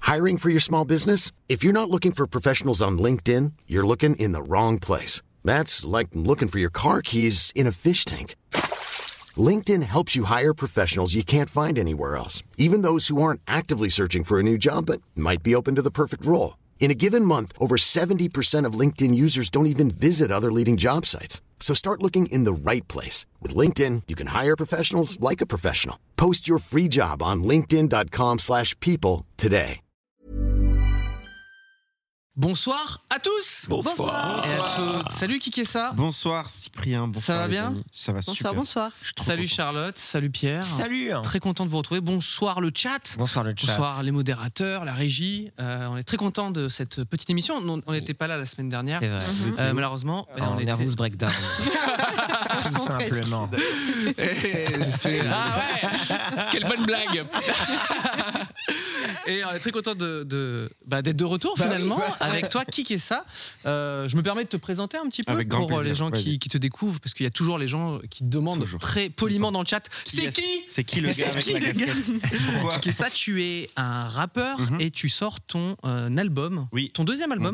Hiring for your small business? If you're not looking for professionals on LinkedIn, you're looking in the wrong place. That's like looking for your car keys in a fish tank. LinkedIn helps you hire professionals you can't find anywhere else, even those who aren't actively searching for a new job but might be open to the perfect role. In a given month, over 70% of LinkedIn users don't even visit other leading job sites. So start looking in the right place. With LinkedIn, you can hire professionals like a professional. Post your free job on linkedin.com/people today. Bonsoir à tous. Bonsoir. Et à toutes. Salut Kikessa. Bonsoir Cyprien. Bonsoir, ça va bien? Ça va super. Bonsoir. Salut content. Charlotte. Salut Pierre. Salut. Très content de vous retrouver. Bonsoir le chat. Bonsoir le chat. Bonsoir les modérateurs, la régie. On est très content de cette petite émission. On n'était pas là la semaine dernière. C'est vrai. Malheureusement. En nervous breakdown. Tout simplement. Ah ouais. Quelle bonne blague. Et on est très content d'être de retour finalement avec toi, Kikessa. Je me permets de te présenter un petit peu avec grand pour plaisir. les gens qui te découvrent, parce qu'il y a toujours les gens qui demandent très poliment dans le chat. C'est qui le gars avec la casquette? Pourquoi? Kikessa, tu es un rappeur et tu sors ton album, ton deuxième album,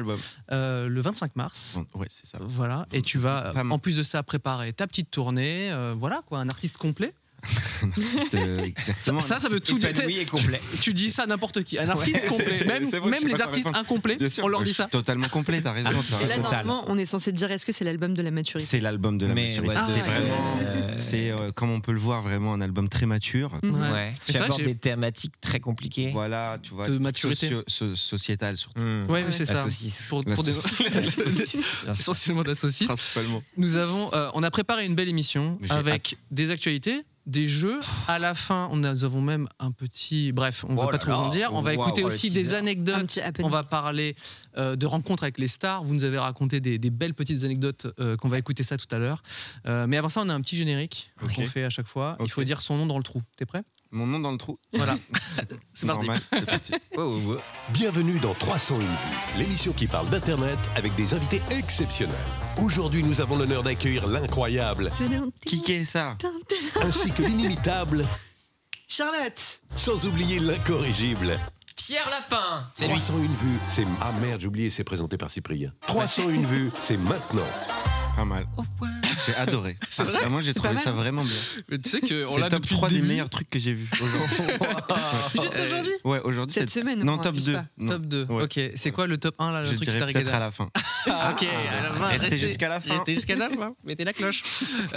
le 25 mars. Ouais, c'est ça. Voilà, et tu vas en plus de ça préparer ta petite tournée. Voilà quoi, un artiste complet. Exactement. Ça veut tout dire. Et complet. Tu dis ça à n'importe qui. Un artiste complet. Même les artistes incomplets, on leur dit ça. Totalement complet, t'as raison. Et là, normalement, on est censé dire est-ce que c'est l'album de la maturité? C'est l'album de la maturité. Ouais, c'est vraiment, c'est comme on peut le voir, vraiment un album très mature. Ouais. C'est Tu vrai abordes que des thématiques très compliquées. Voilà, tu vois, De maturité. sociétale surtout. Ouais, c'est La ça. saucisse. Pour essentiellement de la saucisse. Principalement. On a préparé une belle émission avec des actualités, des jeux. À la fin, nous avons même un petit... Bref, on ne va pas trop en dire. On va écouter aussi des anecdotes. On va parler de rencontres avec les stars. Vous nous avez raconté des belles petites anecdotes qu'on va écouter ça tout à l'heure. Mais avant ça, on a un petit générique qu'on fait à chaque fois. Il faut dire son nom dans le trou. T'es prêt? Mon nom dans le trou. Voilà. C'est parti. Normal, c'est parti. Bienvenue dans 301 vues, l'émission qui parle d'Internet avec des invités exceptionnels. Aujourd'hui, nous avons l'honneur d'accueillir l'incroyable Kikessa, ainsi que l'inimitable, Charlotte. sans oublier l'incorrigible. Pierre Lapin. C'est lui. 301 vues, c'est... Ah merde, j'ai oublié, c'est présenté par Cyprien. 301 vues, c'est maintenant. pas mal. J'ai adoré. C'est vrai. Moi, j'ai trouvé ça vraiment bien. Mais tu sais qu'on C'est l'a top depuis 3 le des début. meilleurs trucs que j'ai vus aujourd'hui. Juste aujourd'hui? Ouais, aujourd'hui. Cette semaine, Non, on top abuse 2. pas. Non. Top 2. Ouais. Ok, c'est quoi le top 1 là, le Je truc qui dirais t'a peut-être regardé à la fin. Ok, à la fin, Restez jusqu'à la fin. Restez jusqu'à la fin. Mettez la cloche.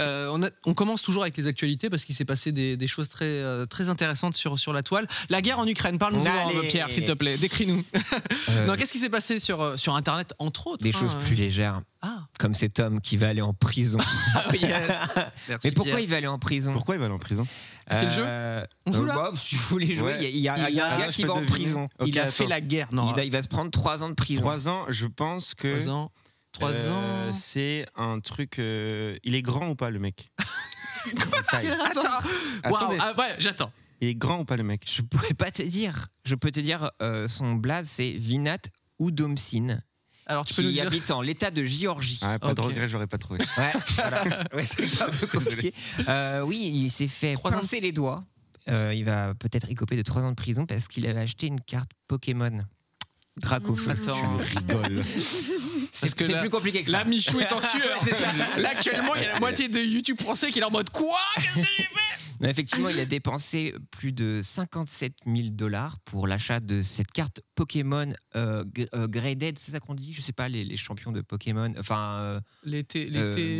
On commence toujours avec les actualités parce qu'il s'est passé des choses très intéressantes sur la toile. La guerre en Ukraine, parle-nous-en, Allez. Pierre, s'il te plaît. Décris-nous. Non, qu'est-ce qui s'est passé sur Internet, entre autres Des choses plus légères, comme cet homme qui va aller en prison. Ah oui, merci, Mais pourquoi Pierre. il va aller en prison? Pourquoi il va aller en prison? C'est le jeu On joue là Bah, si vous voulez jouer, Ouais. il y a un gars qui va en prison. Ok, Il a attends. fait la guerre. Non, Il va se prendre 3 ans de prison. 3 ans, je pense que. 3 ans. 3 ans. C'est un truc. Il est grand ou pas, le mec? Taille. Waouh, Attendez. ah ouais, j'attends. Il est grand ou pas, le mec? Je pourrais pas te dire. Je peux te dire, son blaze, c'est Vinat Udomsin, Alors tu peux nous qui dire. habite en l'état de Géorgie. Ah, pas de Ok. regret, j'aurais pas trouvé. Ouais, voilà. Ouais, c'est un peu compliqué. Oui, il s'est fait 3 ans. pincer les doigts. Il va peut-être écoper de 3 ans de prison parce qu'il avait acheté une carte Pokémon. Dracofeu. Attends. Rigole. C'est que là- plus compliqué que ça. Là, Michou est en sueur. C'est ça. Là, actuellement, il y a la moitié de YouTube français qui est en mode quoi? Qu'est-ce que j'ai fait? Mais effectivement, il a dépensé plus de 57 000 $, pour l'achat de cette carte Pokémon Graded, c'est ça qu'on dit? Je sais pas, les champions de Pokémon. Enfin. L'été.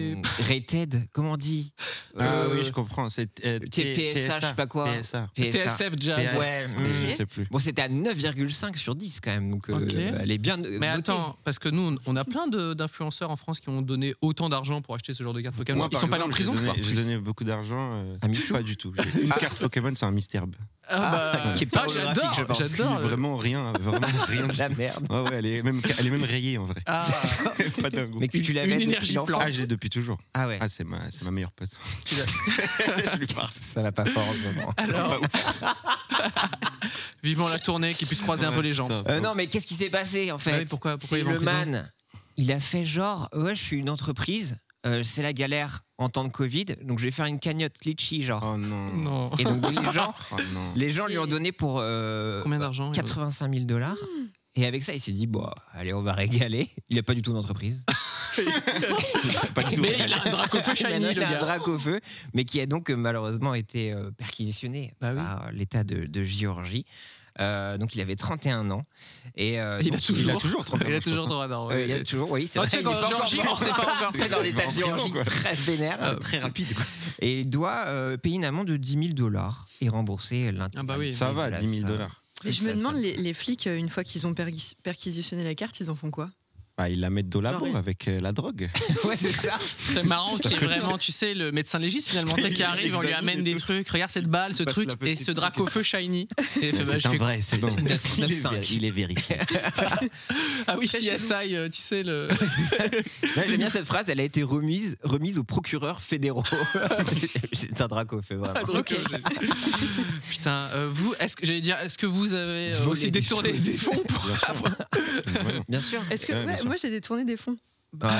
Rated, comment on dit? Ah oui, je comprends. C'est PSA, je sais pas quoi. PSA. TSF Jazz. Ouais. Je sais plus. Bon, c'était à 9,5 sur 10 quand même. Donc, Ok. elle est bien. Mais attends, parce que nous, on a plein d'influenceurs en France qui ont donné autant d'argent pour acheter ce genre de carte Pokémon. Moi, Ils par sont pas allés en exemple, prison? J'ai donné beaucoup d'argent. À Michou Pas du tout. J'ai une carte Pokémon, c'est un Mystère. qui est pas holographique, je pense. J'adore. Vraiment rien. Vraiment rien. La merde. Ouais, ouais, elle est même rayée en vrai. Ah, Pas d'un goût. Mais que tu l'avais Une depuis énergie l'enfance. plante. Ah, je l'ai depuis toujours. Ah ouais. Ah, c'est ma meilleure pote. Je lui parle. Ça va pas fort en ce moment. alors. Vivement la tournée, qu'ils puissent croiser un peu les gens. Top. Non, mais qu'est-ce qui s'est passé en fait? Ah oui, pourquoi C'est il va en le prison man. Il a fait genre, ouais, je suis une entreprise. c'est la galère en temps de Covid, donc je vais faire une cagnotte Litchi, genre. Oh non. Et donc les gens Oh lui ont donné pour combien d'argent 85 000 $. Et avec ça, il s'est dit, bon, allez, on va régaler. Il n'a pas du tout d'entreprise. Mais il a un drac au feu shiny, le Il a un gars. drac au feu, mais qui a donc malheureusement été perquisitionné par l'État de Géorgie. Donc il avait 31 ans. Et, il a toujours 31 ans. Il a toujours droit d'argent. il a toujours, oui, c'est vrai. Tu sais, quand Géorgie, on sait pas encore. C'est dans l'État de Géorgie, très vénère. Très rapide, quoi. Et il doit payer une amende de 10 000 $ et rembourser l'intégralité. Ah bah oui. Ça va, 10 000 $. Et je me demande, les flics, une fois qu'ils ont perquisitionné la carte, ils en font quoi? Bah, ils la mettent au labo Genre, avec la drogue. Ouais, c'est ça. C'est marrant qu'il y ait vraiment, tu sais, le médecin légiste finalement, tu sais, qui arrive, on lui amène des trucs. Regarde cette balle, ce Passe truc, la et petite ce drac au feu shiny. Et il fait, bah, C'est je un fais- vrai, c'est bon. Il est vérifié. Ah oui, CSI, tu sais, le. Ouais, j'aime bien cette phrase, elle a été remise aux procureurs fédéraux. C'est un drac au feu, vraiment. Ok. Putain, vous, est-ce que vous avez Volé aussi des détourné choses. des fonds pour avoir. Bien sûr. Est-ce que Ouais, bien sûr. moi j'ai détourné des fonds. Allez,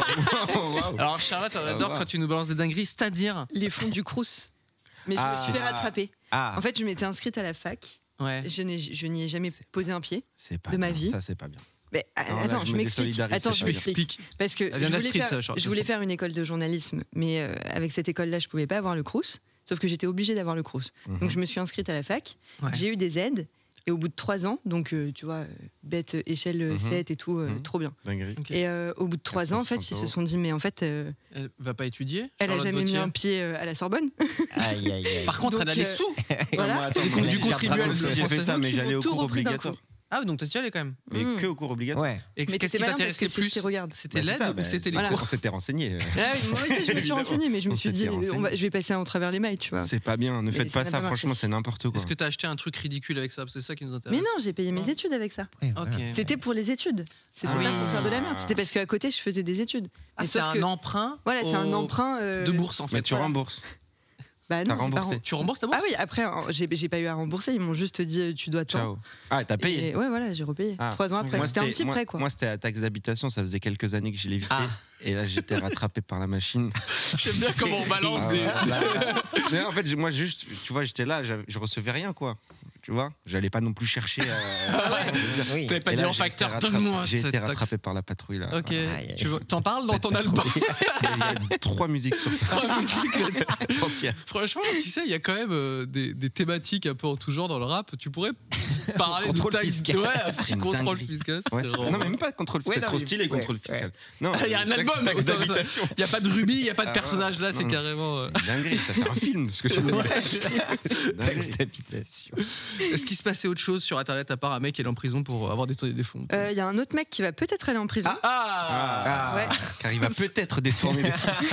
bon, Alors, Charlotte, on adore quand tu nous balances des dingueries, c'est-à-dire. Les fonds du Crous. Mais je me suis fait rattraper. Ah, En fait, je m'étais inscrite à la fac. Ouais. Je n'y ai jamais posé un pied. C'est pas De ma bien. vie. Ça, c'est pas bien. Mais Non, là, attends, je je me m'explique. désolidarise, Attends, c'est je pas bien. m'explique. Parce que Elle vient je voulais, d'Astrid, faire, ça, je voulais faire une école de journalisme, mais avec cette école-là, je pouvais pas avoir le Crous. Sauf que j'étais obligée d'avoir le Crous. Donc je me suis inscrite à la fac. Ouais. J'ai eu des aides. Et au bout de 3 ans, donc tu vois, bête, échelle 7 et tout, trop bien. Dinguerie. Ok. Et au bout de 3 ans, en fait, ils se sont dit, mais en fait, Elle va pas étudier. elle a Charlotte jamais mis Vautier. un pied à la Sorbonne. aïe, aïe, aïe. Par contre, Donc, elle a les sous. Voilà. Moi, attends, Du moi, contribuable j'ai fait français. ça, mais Donc, ils j'allais m'ont au tout cours repris d'un obligatoire. coup. Ah, donc t'y allais quand même. Mais que au cours obligatoire. Ouais. Et Mais qu'est-ce t'es qui malin t'intéressait parce que le c'est plus regarde. C'était Bah, c'est l'aide ça, ou c'était les voilà. cours On s'était renseigné. Ah oui, moi aussi, je me suis Évidemment. renseignée, mais je me On suis dit, s'était renseigné. je vais passer en travers les mailles, tu vois. C'est pas bien, ne Mais faites ça pas n'a ça, pas marché. franchement, c'est n'importe quoi. Est-ce que t'as acheté un truc ridicule avec ça? Parce que c'est ça qui nous intéresse. Mais non, j'ai payé mes études avec ça. Ouais, Ok. voilà. C'était pour les études. C'était Ah pas oui. pour faire de la merde. C'était parce qu'à côté, je faisais des études. Ah, Mais c'est sauf un que- emprunt. Voilà, c'est un au- emprunt. de bourse en fait. Mais tu rembourses. Bah T'as non, j'ai pas remboursé. rem- Tu rembourses ta bourse? Ah oui, après, j'ai pas eu à rembourser. Ils m'ont juste dit, tu dois tant. Ciao. Ah, t'as payé. Et ouais, voilà, j'ai repayé. Ah. 3 ans après. Moi, C'était un petit prêt, quoi. Moi, c'était la taxe d'habitation, ça faisait quelques années que je l'ai évité. Ah. Et là, j'étais rattrapé par la machine. J'aime bien comment on balance Ah, des. là. Mais en fait, moi, juste, tu vois, j'étais là, je recevais rien, quoi. Tu vois, j'allais pas non plus chercher. Oui. T'avais pas Et dit là, en j'ai été facteur, donne-moi J'ai cette été taxe. rattrapé par la patrouille, là. Ok. Aïe, aïe. T'en parles dans ton album? Il y a 3 musiques sur ça. 3 musiques Entières. Franchement, tu sais, il y a quand même des thématiques un peu en tout genre dans le rap. Tu pourrais parler Contrôle de taxe. fiscal. Ouais, C'est une contrôle dinguerie. fiscal. Ouais, c'est c'est- vraiment- non, mais même pas contrôle fiscal. Ouais, C'est non, trop mais- stylé, ouais, contrôle ouais. fiscal. Non, Il y a un album. taxe d'habitation. Il n'y a pas de rubis, il n'y a pas de Ah, personnage là, c'est non, non. carrément. C'est une dinguerie, ça c'est un film, ce que tu me dis. Taxe Dinguerie. d'habitation. Est-ce qu'il se passait autre chose sur internet à part un mec qui est en prison pour avoir détourné des fonds? Il y a un autre mec qui va peut-être aller en prison. Ah, Ouais. car il va peut-être détourner des fonds.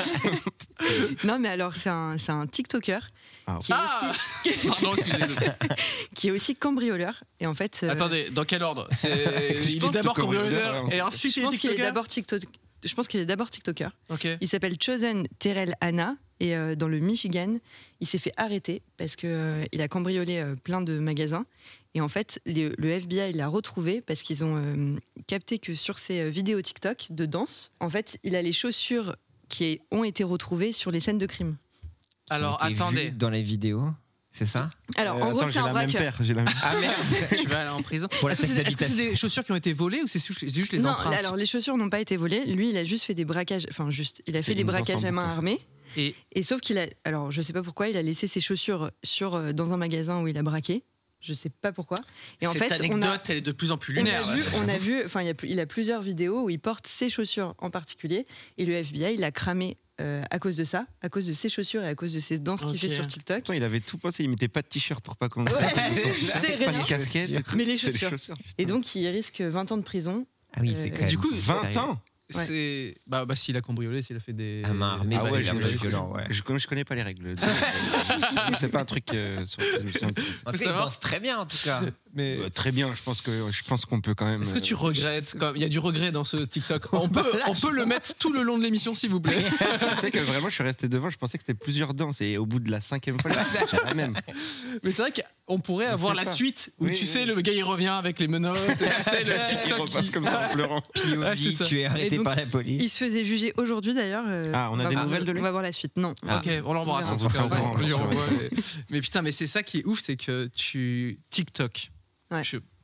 Non, mais alors, c'est un TikToker Ah, qui est, Ah Pardon, excusez-moi. qui est aussi cambrioleur. Et en fait. Attendez, dans quel ordre? Il est pense d'abord que cambrioleur, cambrioleur et ensuite je il est pense qu'il est TikToker. d'abord Je pense qu'il est d'abord TikToker. Ok. Il s'appelle Chosen Terrell Hanna et dans le Michigan, il s'est fait arrêter parce que il a cambriolé plein de magasins et en fait le FBI l'a retrouvé parce qu'ils ont capté que sur ses vidéos TikTok de danse, en fait, il a les chaussures qui ont été retrouvées sur les scènes de crime. Alors Ont été attendez, vus dans les vidéos, c'est ça? Alors en gros, attends, c'est j'ai un la même braqueur. paire. J'ai la même. ah merde, tu vas aller en prison. Pour la Est-ce que taxe c'est- est-ce que c'est d'habitation. des chaussures qui ont été volées ou c'est juste les Non, empreintes? alors les chaussures n'ont pas été volées. Lui, il a juste fait des braquages. Enfin, juste, il a C'est fait des une danse braquages en à main boucle. armée. Et Et sauf qu'il a, alors je sais pas pourquoi, il a laissé ses chaussures dans un magasin où il a braqué. Je sais pas pourquoi. Et en cette fait, anecdote, elle est de plus en plus lunaire. on a vu, enfin, il a plusieurs vidéos où il porte ses chaussures en particulier, et le FBI l'a cramé à cause de ça, à cause de ses chaussures et à cause de ses danses qu'il Ok. fait sur TikTok. Attends, il avait tout pensé. Il mettait pas de t-shirt pour pas qu'on. Ouais, Pas rien. de casquette. et tout. Mais les C'est chaussures. Et donc, il risque 20 ans de prison. Ah oui, c'est quand même. Du coup, 20 ans. Ouais. C'est bah s'il a cambriolé, s'il a fait des À main armée, Ah ouais, c'est j'ai- violent, ouais. Je connais pas les règles. C'est pas un truc sur lequel je me suis intéressé. En tout cas, il savoir- danse très bien en tout cas. mais Très bien, je pense qu'on peut quand même. est-ce que tu regrettes quand il y a du regret dans ce TikTok? On peut le mettre tout le long de l'émission s'il vous plaît. Tu sais que vraiment, je suis resté devant. Je pensais que c'était plusieurs danses et au bout de la 5e fois, j'ai la même. Mais c'est vrai qu'on pourrait Je avoir sais la pas. suite où Oui, tu oui. sais le gars il revient avec les menottes, et tu sais le Il TikTok repasse qui comme ça en pleurant. Ouais, c'est POV, ça. tu es arrêté par la police. Il se faisait juger aujourd'hui d'ailleurs. On a des nouvelles de lui. On va voir la suite. Non. Ok, on l'embrasse. On s'en prend. Mais putain, mais c'est ça qui est ouf, c'est que TikTok. Ouais.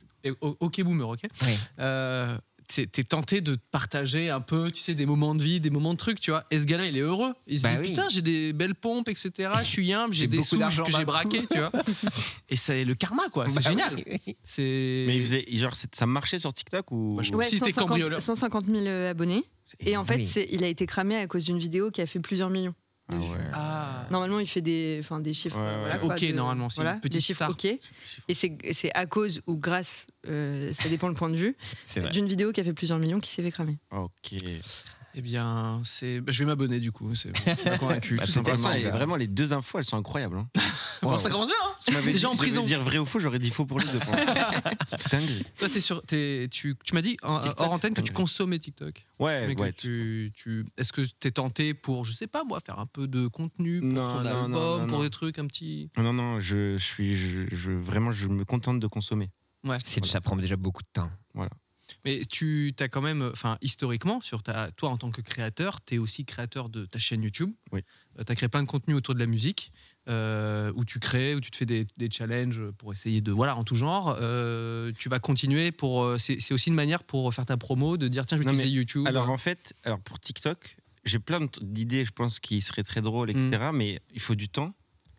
Ok boomer, ok. Oui. T'es tenté de partager un peu, tu sais, des moments de vie, des moments de trucs, tu vois. Et ce gars-là, il est heureux. Il se dit, putain, j'ai des belles pompes, etc. Je suis humble, j'ai des sous que j'ai braqués, tu vois. Et c'est le karma, quoi. C'est génial. Mais il faisait, genre, ça marchait sur TikTok ou si t'es cambrioleur. 150 000 abonnés. Et en fait, il a été cramé à cause d'une vidéo qui a fait plusieurs millions. Ah ouais. Normalement, il fait des chiffres. Normalement, c'est une petite chiffres star. OK. Et c'est à cause ou grâce, ça dépend le point de vue, d'une vidéo qui a fait plusieurs millions qui s'est fait cramer. Ok. Eh bien, je vais m'abonner du coup. C'est pas convaincu. Vraiment, les deux infos, elles sont incroyables. Hein. Bon, ça commence bien. Hein. Tu m'avais déjà en prison. Dire vrai ou faux, j'aurais dit faux pour les deux. C'est dingue. Toi, tu m'as dit hors antenne que tu consommais TikTok. Ouais. Est-ce que t'es tenté pour, je sais pas moi, faire un peu de contenu pour ton album, pour des trucs un petit. Non. Vraiment, je me contente de consommer. Ouais. Ça prend déjà beaucoup de temps. Voilà. Mais tu as quand même, historiquement, toi en tant que créateur, tu es aussi créateur de ta chaîne YouTube. Oui. Tu as créé plein de contenus autour de la musique, où tu crées, où tu te fais des challenges pour essayer de. Voilà, en tout genre. Tu vas continuer c'est aussi une manière pour faire ta promo, de dire tiens, je vais utiliser YouTube. Alors en fait, pour TikTok, j'ai plein d'idées, je pense, qui seraient très drôles, etc. Mais il faut du temps.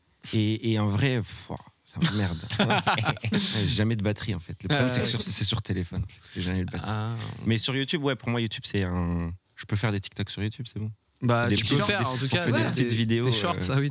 Et en vrai. Merde. J'ai jamais de batterie en fait. Le problème c'est que c'est sur téléphone. J'ai jamais de batterie. Mais sur YouTube, pour moi YouTube c'est un. Je peux faire des TikTok sur YouTube, c'est bon. Tu peux faire en tout cas des petites vidéos. Des shorts, oui,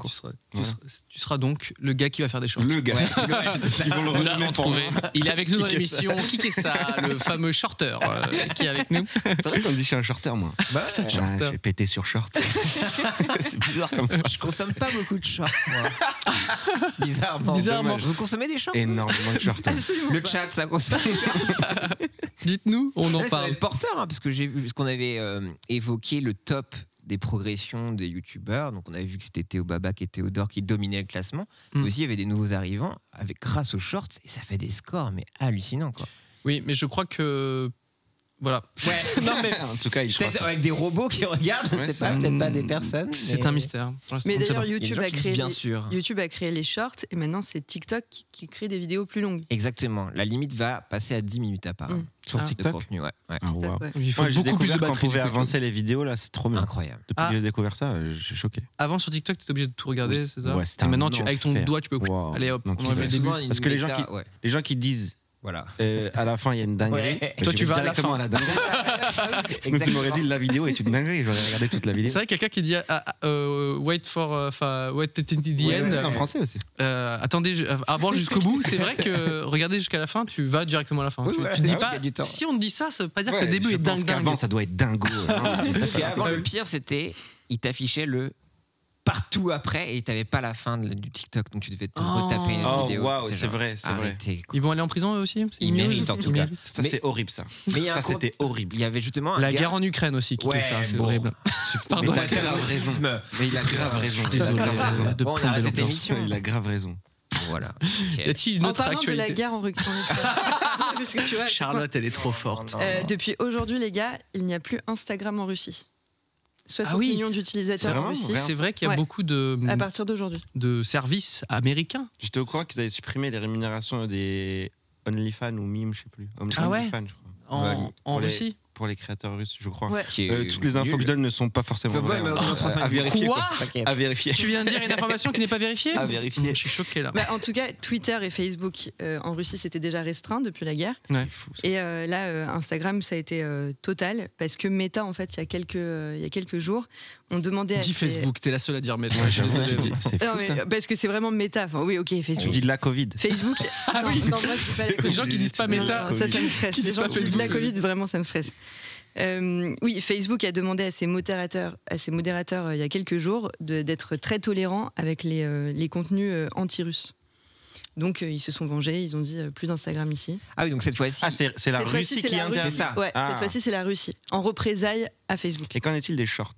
tu seras donc le gars qui va faire des shorts. Le gars. Ils vont le retrouver. Il est avec nous dans l'émission. Qui est ça, le fameux shorter qui est avec nous. C'est vrai qu'on me dit je suis un shorter moi. C'est un shorter. J'ai pété sur short. C'est bizarre comme ça. Je consomme pas beaucoup de shorts moi. Bizarrement. Vous consommez des shorts? Énormément de shorts. Le chat ça consomme des shorts. Dites-nous, on en parle. Ça va être porteur parce que j'ai vu parce qu'on avait évoqué le top des progressions des youtubeurs. Donc on avait vu que c'était Théo Babac et Théodore qui dominaient le classement. Mais aussi il y avait des nouveaux arrivants grâce aux shorts et ça fait des scores mais hallucinants quoi. Oui, mais je crois que voilà. Ouais. Non mais en tout cas, peut-être avec des robots qui regardent, peut-être pas des personnes. C'est un mystère. Mais d'ailleurs, YouTube a créé les shorts et maintenant c'est TikTok qui crée des vidéos plus longues. Exactement. La limite va passer à 10 minutes à part. Sur TikTok. Contenu, ouais. Il faut beaucoup plus de batterie. Qu'on pouvait avancer les vidéos là, c'est trop bien. Incroyable. Depuis que j'ai découvert ça, je suis choqué. Avant sur TikTok, tu étais obligé de tout regarder, c'est ça? Ouais, et maintenant, avec ton doigt, tu peux. Allez hop, on va mettre parce que les gens qui disent. Voilà. À la fin, il y a une dinguerie. Toi, tu vas directement à la dinguerie. Sinon, tu m'aurais dit la vidéo est une dinguerie. J'aurais regardé toute la vidéo. C'est vrai, quelqu'un qui dit wait till the end. En français aussi. Attendez, avant jusqu'au bout. C'est vrai que regarder jusqu'à la fin, tu vas directement à la fin. Tu dis pas. Si on te dit ça, ça veut pas dire que le début est dingue. Avant, ça doit être dingo. Parce qu'avant, le pire, c'était il t'affichait le partout après et t'avais pas la fin du TikTok donc tu devais te retaper une vidéo. Oh waouh, c'est vrai. Ils vont aller en prison eux aussi? Ils méritent en tout cas. Ça c'est horrible ça. Ça c'était horrible. Il y avait justement la guerre en Ukraine aussi qui fait ça, c'est horrible. Pardon. Mais il a grave raison. Mais il a grave raison. Désolé. On arrête cette émission. Il a grave raison. Voilà. Y a-t-il une autre actualité? En parlant de la guerre en Ukraine. Charlotte, elle est trop forte. Depuis aujourd'hui les gars, il n'y a plus Instagram en Russie. 60 millions d'utilisateurs en Russie. C'est vrai qu'il y a beaucoup de. À partir d'aujourd'hui. De services américains. J'étais au courant qu'ils avaient supprimé les rémunérations des OnlyFans ou Mime, je sais plus. OnlyFans, je crois. En Russie? Pour les créateurs russes, je crois. Ouais. Toutes les infos que je donne ne sont pas forcément vraies. À vérifier. Quoi? À vérifier. Tu viens de dire une information qui n'est pas vérifiée? À vérifier. Je suis choqué là. En tout cas, Twitter et Facebook en Russie, c'était déjà restreint depuis la guerre. Ouais. Et là, Instagram, ça a été total parce que Meta, en fait, il y a quelques jours, on demandait. Dis Facebook, t'es la seule à dire Meta. Je suis désolé. C'est fou, ça. Parce que c'est vraiment Meta. Enfin, oui, ok, Facebook. Tu dis de la Covid. Facebook. Non, moi, c'est pas les gens qui disent pas Meta. Ça me stresse. Les gens qui disent de la Covid, vraiment, ça me stresse. Oui, Facebook a demandé à ses modérateurs il y a quelques jours d'être très tolérants avec les contenus anti-russes. Donc ils se sont vengés, ils ont dit plus d'Instagram ici. Ah oui, donc cette fois-ci. Ah, c'est la Russie qui interdit. C'est ça. Ouais, cette fois-ci c'est la Russie, en représailles à Facebook. Et qu'en est-il des shorts?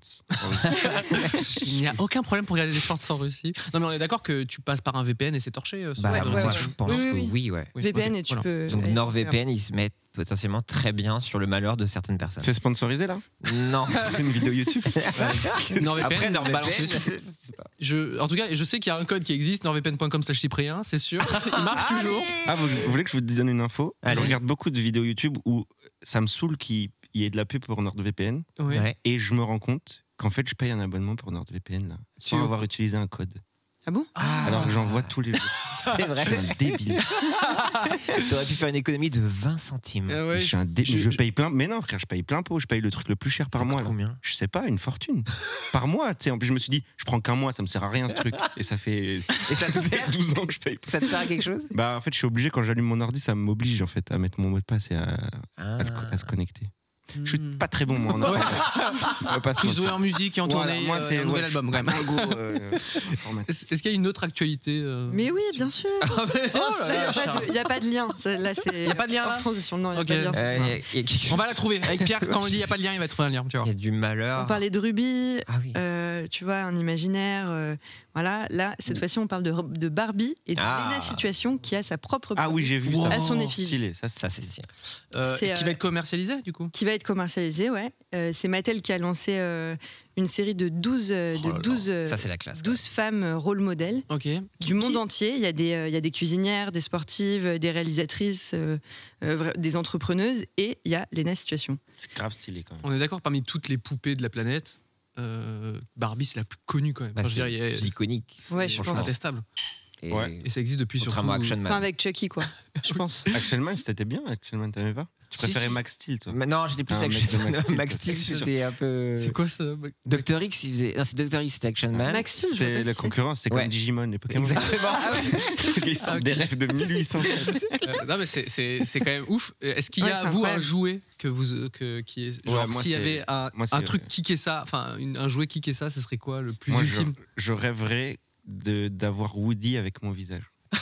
Il n'y a aucun problème pour regarder des shorts en Russie. Non mais on est d'accord que tu passes par un VPN et c'est torché. Je pense que oui, ouais. VPN oui, et tu voilà. peux. Donc NordVPN, ils se mettent potentiellement très bien sur le malheur de certaines personnes. C'est sponsorisé là? Non. C'est une vidéo YouTube. NordVPN, Après, balance dessus. En tout cas, je sais qu'il y a un code qui existe, nordvpn.com/cyprien, c'est sûr. Il marche toujours. Ah, vous voulez que je vous donne une info? Allez. Je regarde beaucoup de vidéos YouTube où ça me saoule qu'il y ait de la pub pour NordVPN. Oui. Ouais. Et je me rends compte qu'en fait, je paye un abonnement pour NordVPN là, sans avoir utilisé un code. Ah bon? Alors que j'en vois tous les jours. C'est vrai. Je suis un débile. T'aurais pu faire une économie de 20 centimes. Je suis un débile. Je paye plein. Mais non, frère, je paye plein pot. Je paye le truc le plus cher par mois. Là. Combien? Je sais pas, une fortune. Par mois, tu sais. En plus, je me suis dit, je prends qu'un mois, ça me sert à rien ce truc. Et ça fait. Et ça te sert 12 ans que je paye. Ça te sert à quelque chose? Bah, en fait, je suis obligé, quand j'allume mon ordi, ça m'oblige en fait à mettre mon mot de passe et à se connecter. Je suis pas très bon, moi, en informatique. Plus doué en musique et en tournée, moi, c'est un nouvel album, quand même. Est-ce qu'il y a une autre actualité Mais oui, bien sûr. Il n'y a pas de lien. Là, c'est. Il n'y a pas de lien là transition. Non, il n'y a Ok. pas de lien. On va la trouver. Avec Pierre, quand on dit il n'y a pas de lien, il va trouver un lien. Tu vois. Il y a du malheur. On parlait de Ruby, Ah oui. tu vois, un imaginaire. Voilà, là, cette fois-ci, on parle de Barbie et de Lena Situation qui a sa propre Ah oui, j'ai vu ça. à son effigie. Stylé, Ça, c'est stylé. Qui va être commercialisé, du coup. Qui va être commercialisé, ouais. C'est Mattel qui a lancé une série de 12, Ça, c'est la classe. 12 femmes rôle modèles du monde entier. Il y a des cuisinières, des sportives, des réalisatrices, des entrepreneuses et il y a Lena Situation. C'est grave stylé quand même. On est d'accord, parmi toutes les poupées de la planète, Barbie, c'est la plus connue quand même. Bah, c'est plus iconique. Ouais, je franchement pense. intestable. Et, Et ça existe depuis contrairement à surtout. Action Man. Enfin, avec Chucky, quoi, je pense. Action Man, c'était bien. Action Man, t'aimais pas? Tu préférais si. Max Steel, toi? Non, j'étais plus Ah, avec mec de Max Steel, Max Steel, c'était un peu. C'est quoi ça? Dr. X, il faisait. Non, c'est Dr. X, c'était Action Man. Max Steel, je C'est vois la pas. concurrence, c'est comme Ouais. Digimon, les Pokémon. Exactement. Ils sortent des rêves de 1807. Non, mais c'est quand même ouf. Est-ce qu'il y Ouais, a, c'est vous, un incroyable. jouet qui est. Genre, moi, s'il y c'est- avait moi, un c'est- truc kické ça, enfin, un jouet kické ça, ce serait quoi le plus Moi, ultime? je rêverais d'avoir Woody avec mon visage.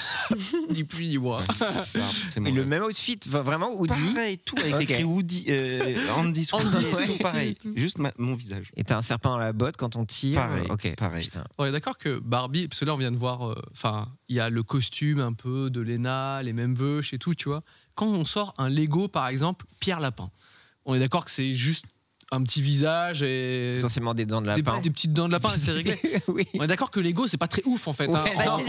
Ni plus ni moins. C'est mon Mais le rêve. même outfit, vraiment Woody. Pareil, tout avec Ok. écrit Woody, Andy, Andy, c'est ouais. tout pareil. Juste mon visage. Et t'as un serpent dans la botte quand on tire. Pareil, Ok. pareil. Putain. On est d'accord que Barbie, parce que là on vient de voir, enfin, il y a le costume un peu de Lena, les mêmes veuches et tout, tu vois. Quand on sort un Lego par exemple, Pierre Lapin, on est d'accord que c'est juste un petit visage et Potentiellement des dents de lapin. des petites dents de lapin et c'est réglé. Oui. On est d'accord que Lego c'est pas très ouf en fait, Ouais,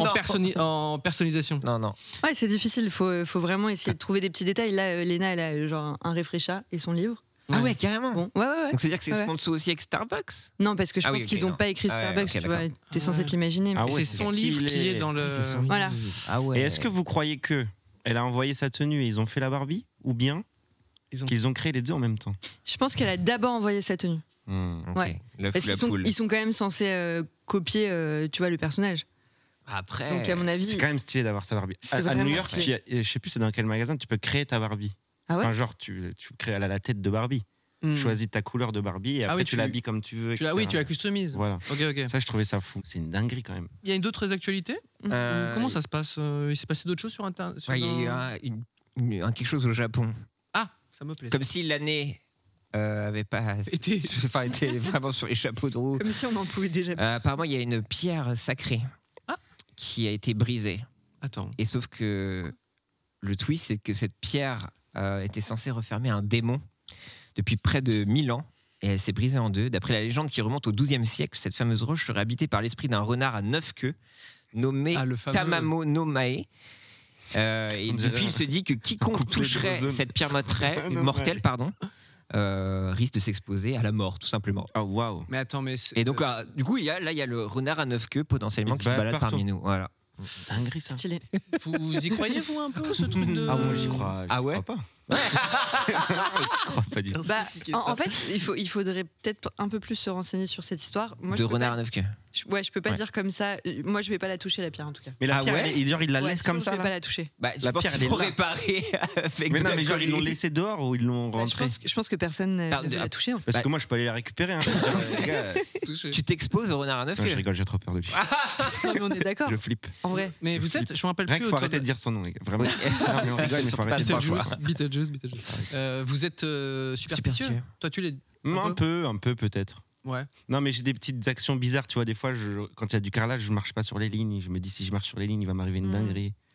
en personnalisation. Non, non. Ouais, c'est difficile. Il faut vraiment essayer de trouver des petits détails. Là, Lena, elle a genre un réfléchat et son livre. Ah ouais, carrément. Bon, ouais. Donc c'est-à-dire que c'est Ouais. sponsor aussi avec Starbucks? Non, parce que je Ah pense oui, ok, qu'ils n'ont non. pas écrit Ah ouais, Starbucks, ok, tu vois. d'accord. T'es censé te l'imaginer. mais- Ah Et ouais, c'est son c'est livre qui stylé. est dans le. C'est son Voilà. livre. Ah ouais. Et est-ce que vous croyez que elle a envoyé sa tenue et ils ont fait la Barbie? Ou bien qu'ils ont créé les deux en même temps? Je pense qu'elle a d'abord envoyé sa tenue. Ok. Ouais. L'œuf Parce ou la qu'ils poule. sont quand même censés copier, tu vois, le personnage. Après. Donc, à mon avis. C'est quand même stylé d'avoir sa Barbie. C'est À vraiment New York, stylé. je sais plus c'est dans quel magasin, tu peux créer ta Barbie. Ah ouais? Enfin, genre, tu crées elle a la tête de Barbie. Hmm. Tu choisis ta couleur de Barbie et après oui, tu tu- l'habilles comme tu veux. Oui, tu la customises. Voilà. Ok. Ça, je trouvais ça fou. C'est une dinguerie quand même. Il y a d'autres actualités? Comment ça se passe? Il s'est passé d'autres choses sur Internet? Ouais, il y a eu quelque chose au Japon. Ah, ça me plaît. Comme si l'année avait pas Été. était vraiment sur les chapeaux de roue. Comme si on en pouvait déjà. Apparemment, il y a une pierre sacrée qui a été brisée. Attends. Et sauf que le twist, c'est que cette pierre était censée refermer un démon depuis près de 1000 ans. Et elle s'est brisée en deux. D'après la légende qui remonte au XIIe siècle, cette fameuse roche serait habitée par l'esprit d'un renard à 9 queues nommé Ah, le fameux. Tamamo no Mae. Et On dirait depuis, il se dit que un quiconque couplet de toucherait Ozone. cette pierre mortelle, risque de s'exposer à la mort, tout simplement. Ah, waouh. Mais attends, mais. Et donc, du coup, il y a le renard à 9 queues potentiellement Il se qui se balade balade partout. parmi nous. Voilà. Dinguerie, ça. Stylé. Vous y croyez, vous, un peu, ce truc de. Ah, moi, j'y crois. Ah ouais crois pas. Je crois pas du tout. Bah, en fait, il faudrait peut-être un peu plus se renseigner sur cette histoire. Moi, De je peux renard pas- à 9 queues. je peux pas Ouais. dire comme ça. Moi, je vais pas la toucher, la pierre, en tout cas. Mais la Ah pierre, ouais il la Ouais, laisse sinon, comme je ça vais là pas la toucher. Bah, La je pense pierre, qu'il elle est faut là. réparer avec Mais de non, la mais genre, ils l'ont colle. laissé dehors ou ils l'ont Ouais, rentré? je pense que personne ne Pardon, veut la toucher, en fait. Parce Bah- que moi, je peux aller la récupérer. Hein. Les gars, Tu t'exposes au renard à 9 non, je queues. rigole, j'ai trop peur de lui. Non, mais on est d'accord. Je flippe. En vrai. Mais vous êtes, je me rappelle Rien plus. qu'il faut autour arrêter de dire son nom, les gars. Vraiment. Non, mais on rigole, mais faut Surtout pas arrêter de trop dire le choix. Beetlejuice. Vous êtes superstitieux. Superstitieux. Toi, tu l'es. Un peu peut-être. Ouais. Non, mais j'ai des petites actions bizarres, tu vois. Des fois, quand il y a du carrelage, je marche pas sur les lignes. Je me dis, si je marche sur les lignes, il va m'arriver une dinguerie.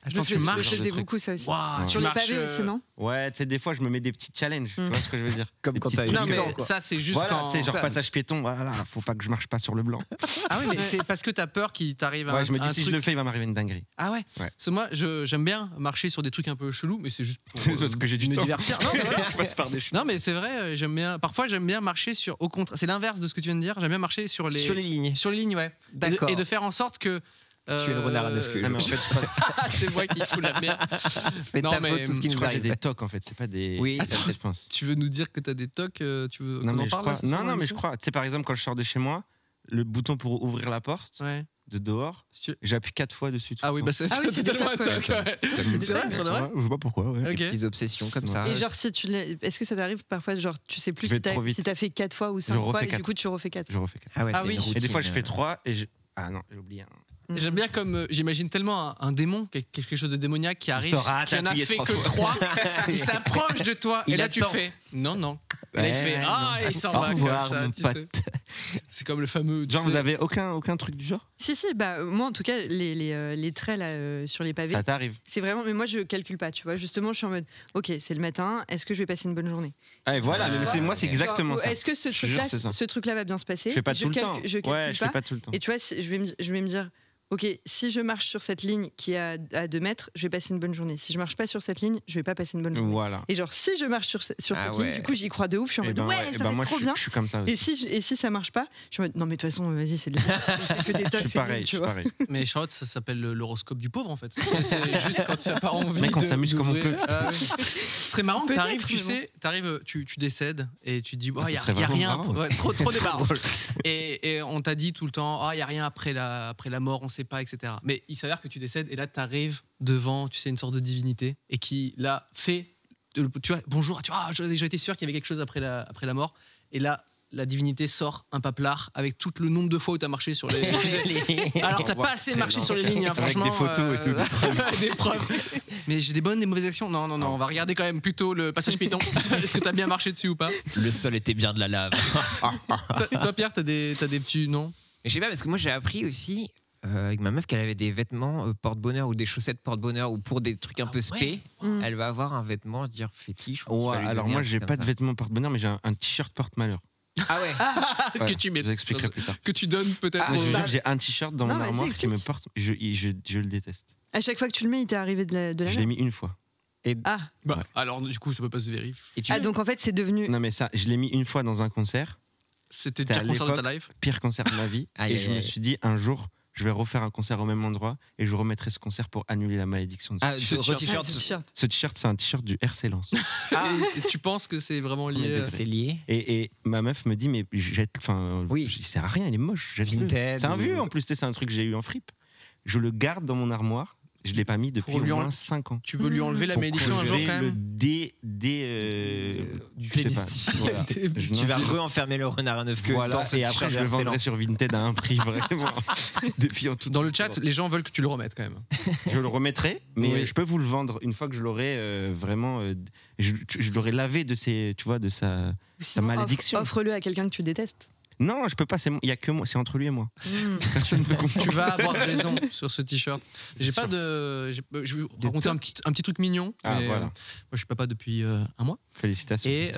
Attends, tu marches. Je faisais beaucoup ça aussi. Wow, sur les pavés aussi, non? Ouais, tu sais, des fois, je me mets des petits challenges. Tu vois ce que je veux dire? Comme quand t'as Non, 8 mais ans, quoi. ça, c'est juste Voilà, quand. tu sais, genre passage piéton, voilà, faut pas que je marche pas sur le blanc. Ah oui, mais c'est parce que t'as peur qu'il t'arrive Ouais, je me dis, un si je truc. le fais, il va m'arriver une dinguerie. Ah ouais. Parce que moi, j'aime bien marcher sur des trucs un peu chelous, mais c'est juste pour C'est parce que j'ai du me temps. divertir. Non, mais voilà. Je passe par des choses. Non, mais c'est vrai, j'aime bien. Parfois, j'aime bien marcher sur. Au contraire, c'est l'inverse de ce que tu viens de dire. J'aime bien marcher sur les lignes. Sur les lignes, ouais. D'accord. Et de faire en sorte que. Tu es le renard à 9 queues. Ah, mais en fait, C'est moi qui fous la merde. C'est Non, ta mais faute, tout ce qui je nous crois que j'ai arrive. des tocs en fait, c'est pas des. Oui, Attends, c'est je pense. Tu veux nous dire que t'as des tocs Tu veux Non, qu'on mais en je parle crois. là, ce soir, Non, mais je l'émission crois. Tu sais, par exemple, quand je sors de chez moi, le bouton pour ouvrir la porte Ouais. de dehors, Si tu- j'appuie 4 fois dessus. tout Ah le oui, temps. bah c'est c'est des tellement un tocs, toc. Ouais. C'est vrai, pour de vrai. Je sais pas pourquoi. Ouais. Ok. Des petites obsessions comme ça. Et genre, si est-ce que ça t'arrive parfois, genre, tu sais plus Je vais si t'as trop vite. si t'as fait 4 fois ou 5 refais fois, et 4. du coup, tu refais 4. Je refais 4. Ah ouais, Ah c'est oui. une Et des fois, routine, je fais 3 et je. Ah non, j'ai oublié. J'aime bien comme j'imagine tellement un démon, quelque chose de démoniaque qui arrive, saura qui en a t'appuyer fait 3 que fois. 3, il s'approche de toi et Il là tu attend. fais non. Et là il fait Ouais, et il s'en Au va revoir, comme ça, mon tu pote. sais. C'est comme le fameux. tu Genre, sais, vous avez aucun truc du genre? Si, bah, moi, en tout cas, les traits là, sur les pavés, Ça t'arrive? c'est vraiment. Mais moi, je calcule pas, tu vois. Justement, je suis en mode, ok, c'est le matin, est-ce que je vais passer une bonne journée? Ah, et voilà, mais moi, c'est exactement Genre, ça. Est-ce que ce Je te jure, c'est ça. truc-là va bien se passer? Je fais pas tout le temps. Je calcule Ouais, je fais pas tout le temps. Et tu vois, je vais me dire, ok, si je marche sur cette ligne qui est à 2 mètres, je vais passer une bonne journée. Si je marche pas sur cette ligne, je vais pas passer une bonne journée. Voilà. Et genre, si je marche sur cette ligne, du coup, j'y crois de ouf. Je suis en Et mode, ben, ouais, et ça ben va moi, être trop bien. je suis comme ça aussi. Et si ça marche pas, je suis en mode, non, mais de toute façon, vas-y, c'est que des Je tocs, suis c'est pareil, nul, je tu suis vois. pareil. Mais Charlotte, ça s'appelle l'horoscope du pauvre en fait. C'est juste quand tu n'as pas envie. Mec, on s'amuse comme on d'ouvrir. peut. Ah oui. Ce serait marrant que Peut-être, t'arrives, tu mais sais, tu décèdes et tu te dis, il ça n'y a serait vraiment rien. marrant. Ouais, trop des barres. Et on t'a dit tout le temps, il n'y a rien après la mort, on ne sait pas, etc. Mais il s'avère que tu décèdes et là, tu arrives devant, tu sais, une sorte de divinité et qui, là, fait. Tu vois, bonjour, tu vois, j'ai été sûr qu'il y avait quelque chose après la mort. Et là, la divinité sort un paplard avec tout le nombre de fois où tu as marché sur les. Alors, t'as pas assez marché sur les lignes, hein, Avec franchement. des photos et tout. Des preuves. Mais j'ai des bonnes et mauvaises actions. Non, on va regarder quand même plutôt le passage piéton. Est-ce que t'as bien marché dessus ou pas? Le sol était bien de la lave. Toi, Pierre, t'as des petits noms? Mais je sais pas, parce que moi j'ai appris aussi avec ma meuf qu'elle avait des vêtements porte-bonheur ou des chaussettes porte-bonheur ou pour des trucs un peu spé. Elle va avoir un vêtement, dire fétiche. Ouais, alors moi, j'ai pas de vêtements porte-bonheur, mais j'ai un t-shirt porte-malheur. Ah ouais. Que tu mets. Je vous expliquerai plus tard. Que tu donnes peut-être. Je vous jure, j'ai un t-shirt dans Non, mon mais armoire vas-y, qui me explique. porte. Je le déteste. À chaque fois que tu le mets, il t'est arrivé de la Je l'ai merde. mis une fois. Ah. Bah, alors, du coup, ça peut pas se vérifier. Et tu Ah, donc en fait, c'est devenu. Non, mais ça, je l'ai mis une fois dans un concert. C'était le C'était pire à concert de ta l'époque. life. Pire concert de ma vie. Aïe, Et aïe, je me aïe. suis dit, un jour, je vais refaire un concert au même endroit et je remettrai ce concert pour annuler la malédiction de ce Ah, t-shirt. ce Ah, t-shirt. ce t-shirt. Ce t-shirt, c'est un t-shirt du RC Lens. Et tu penses que c'est vraiment lié C'est lié. Et ma meuf me dit, mais jette. Enfin, Oui. il sert à rien, il est moche. jette-le. Vintage C'est un ou- vieux en plus, tu sais, c'est un truc que j'ai eu en fripe. Je le garde dans mon armoire. Je ne l'ai pas mis depuis Pour lui au moins enlever- 5 ans. Tu veux lui enlever la Pour malédiction un jour conjurer quand le même je sais pas. Voilà. Je Tu vas n'en dis- re-enfermer le renard à 9 queues Voilà, dans ce et après t-shirt je le vendrai excellent. sur Vinted à un prix vraiment défiant tout. Dans le chat, les gens veulent que tu le remettes quand même. Je le remettrai, mais Oui. je peux vous le vendre une fois que je l'aurai vraiment. Je l'aurai lavé de ses, tu vois, de sa Sinon, malédiction. Offre-le à quelqu'un que tu détestes. Non, je peux pas. Il y a que moi. C'est entre lui et moi. Personne ne comprend. Tu vas avoir raison sur ce t-shirt. J'ai pas de. Je vais vous raconter un petit truc mignon. Ah, mais, voilà. moi, je suis papa depuis un mois. Félicitations. Et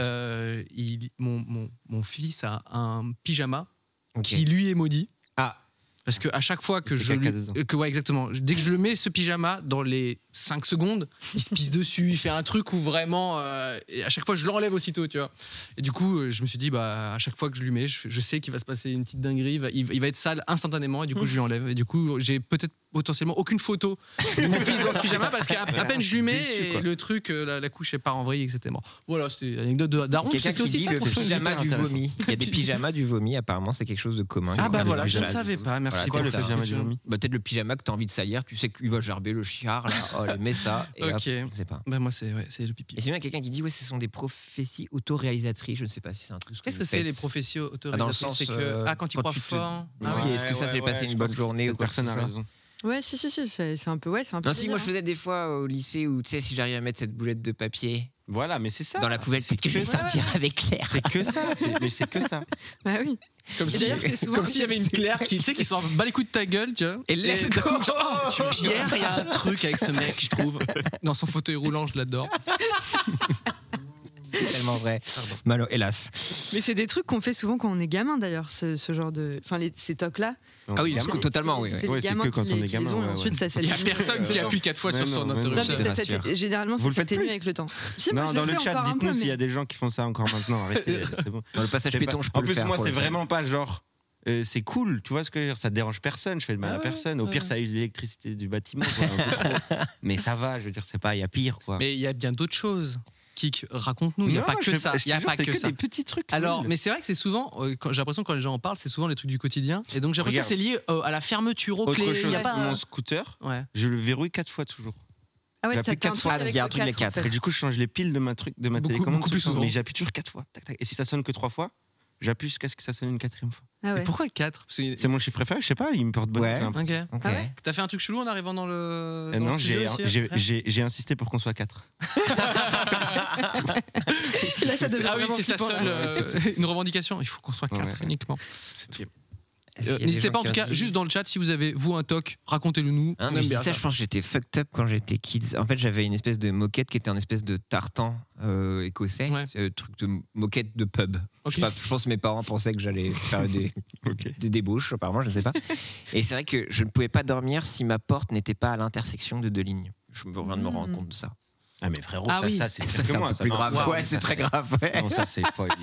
mon fils a un pyjama Ok. qui lui est maudit. Ah. Parce qu'à chaque fois que Il fait je caca lui. dedans. Ouais, exactement. Dès que je le mets, ce pyjama, dans les 5 secondes, il se pisse dessus, il fait un truc où vraiment. Et à chaque fois, je l'enlève aussitôt, tu vois. Et du coup, je me suis dit, à chaque fois que je lui mets, je sais qu'il va se passer une petite dinguerie, il va être sale instantanément, et du coup, je lui enlève. Et du coup, j'ai peut-être potentiellement aucune photo de mon fils dans ce pyjama, parce qu'à peine je lui mets, Déçu, et quoi. le truc, la couche est pas en vrille, etc. Bon, voilà, c'était l'anecdote de Daron. Quelqu'un C'est qui aussi dit ça, le franchement. pyjama super du intéressant. vomi. Il y a des pyjamas du vomi, apparemment, c'est quelque chose de commun. Ah bah Des voilà, je ne pyjamas. savais pas, merci. Quoi, pour le ça. pyjama du vomi? Bah, peut-être le pyjama que t'as envie de salir, tu sais qu'il va gerber le chiard, là. Oh, allez, mets ça. Et hop, Ok. je sais pas. Bah moi, c'est le pipi. Et sinon, il y a quelqu'un qui dit, ce sont des prophéties autoréalisatrices. Je ne sais pas si c'est un truc. Qu'est-ce que c'est les prophéties Dans le autorisatrices? sens, C'est que quand tu crois tu te- fort. Oui, Ah ouais. est-ce que ça s'est passé une bonne journée ou Cette quoi que ce personne a soit raison. Ouais, si, c'est un peu. Ouais, c'est un peu. Non, si, moi je délire, faisais des fois au lycée où, tu sais, si j'arrivais à mettre cette boulette de papier Voilà, mais c'est ça. Dans la poubelle, peut-être que je vais sortir avec Claire. C'est que ça, mais c'est que ça. Bah oui. Comme s'il y avait une Claire qui s'en bat les coups de ta gueule, tu vois. Et let's go. Pierre, il y a un truc avec ce mec, je trouve. Dans son fauteuil roulant, je l'adore. C'est tellement vrai. Malo, hélas. Mais c'est des trucs qu'on fait souvent quand on est gamin d'ailleurs, ce genre de. Enfin, ces tocs-là. Ah oui, totalement, oui. Ouais, c'est que quand on est gamin. Ensuite, ça il n'y a personne qui appuie 4 fois sur son interrupteur. Généralement, ça s'atténue avec le temps. Non, dans le chat, dites-nous s'il y a des gens qui font ça encore maintenant. Arrêtez, c'est bon. Dans le passage piéton, je peux le faire. En plus, moi, c'est vraiment pas genre. C'est cool, tu vois ce que je veux dire, ça dérange personne, je fais de mal à personne. Au pire, ça use l'électricité du bâtiment. Mais ça va, je veux dire, c'est pas, il y a pire, quoi. Mais il y a bien d'autres choses. Kik, raconte-nous, il n'y a pas que ça. Il y a pas que ça. Des petits trucs. Alors, mais c'est vrai que c'est souvent, j'ai l'impression que quand les gens en parlent, c'est souvent les trucs du quotidien. Et donc j'ai l'impression que c'est lié à la fermeture aux clés. Il y a pas mon scooter, je le verrouille 4 fois toujours. Ah ouais, t'as 4 fois. Il y a un truc avec 4. Et du coup, je change les piles de ma télécommande beaucoup plus souvent. Mais j'appuie toujours 4 fois. Tac, tac. Et si ça sonne que 3 fois, j'appuie jusqu'à ce que ça sonne une 4e fois. Ah ouais. Mais pourquoi 4 ? C'est mon chiffre préféré, je sais pas, il me porte bonne. Ouais. Ok. Ah ouais. T'as fait un truc chelou en arrivant dans le. Non, j'ai insisté pour qu'on soit 4. Là, ça devient oui, c'est sa seule une revendication. Il faut qu'on soit 4 uniquement. N'hésitez pas en tout cas, juste dans le chat, si vous avez vous un toc, racontez-le nous. Hein, je pense que j'étais fucked up quand j'étais kids. En fait, j'avais une espèce de moquette qui était un espèce de tartan écossais, truc de moquette de pub. Okay. Je pense que mes parents pensaient que j'allais faire des débauches, apparemment, je ne sais pas. Et c'est vrai que je ne pouvais pas dormir si ma porte n'était pas à l'intersection de 2 lignes. Je viens de me rendre compte de ça. Ah mais frérot, ça c'est pire que moi. C'est plus grave. Ouais, c'est très grave. Ouais. Non, ça c'est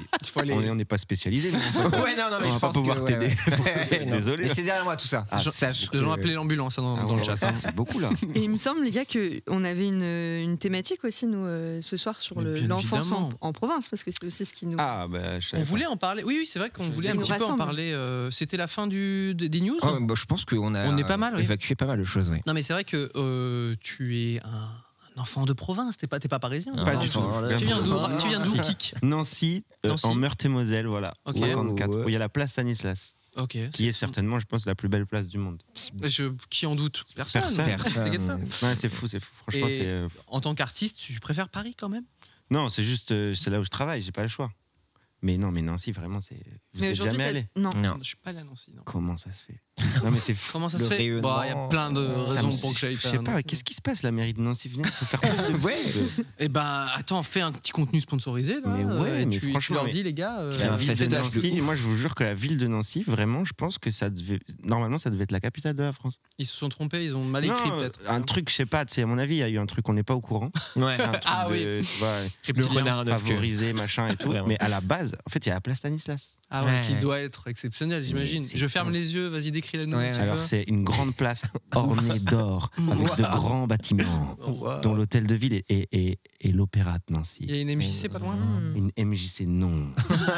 on n'est pas spécialisé. Ouais, non, mais on je va pas pouvoir t'aider. Désolé. Mais c'est derrière moi tout ça. Les gens appelaient l'ambulance dans le chat. C'est beaucoup là. Et il me semble les gars qu'on avait une thématique aussi nous ce soir sur l'enfance en province parce que c'est aussi ce qui nous. Ah bah on voulait en parler. Oui, c'est vrai qu'on voulait un petit peu en parler. C'était la fin des news. Je pense qu'on a est pas mal, évacué pas mal de choses. Non mais c'est vrai que tu es un enfant de province, t'es pas parisien. Pas du tout. Tu viens d'où, Kik ? Nancy, en Meurthe-et-Moselle, voilà. Okay. 54, où il y a la place Stanislas. Qui est certainement, je pense, la plus belle place du monde. Qui en doute ? Personne. T'inquiète pas. Ouais, c'est fou. Franchement, et en tant qu'artiste, tu préfères Paris quand même ? Non, c'est juste, c'est là où je travaille, j'ai pas le choix. Mais Nancy, vraiment, c'est. Vous êtes jamais allé ? Non, je suis pas allé à Nancy. Non. Comment ça se fait ? Non, mais c'est fou. Comment ça se fait ? Il y a plein de raisons pour que j'aille pas. Je sais pas, qu'est-ce qui se passe, la mairie de Nancy ? Venez, il faut faire plus de. Eh ben, attends, fais un petit contenu sponsorisé. Là, mais franchement, tu leur dis, les gars. La ville de Nancy, moi, je vous jure que la ville de Nancy, vraiment, je pense que normalement, ça devait être la capitale de la France. Ils se sont trompés, ils ont mal écrit peut-être. Un truc, je sais pas, tu sais, à mon avis, il y a eu un truc qu'on n'est pas au courant. Ouais. Oui. Le renard favorisé, machin et tout. Mais à la base, en fait, il y a la place Stanislas. Ah ouais, qui doit être exceptionnel, j'imagine. Je ferme les yeux, vas-y, décris-le-nous. Alors, c'est une grande place ornée d'or, avec de grands bâtiments, dont l'hôtel de ville et l'opéra de Nancy. Il y a une MJC pas loin ? Une MJC, non.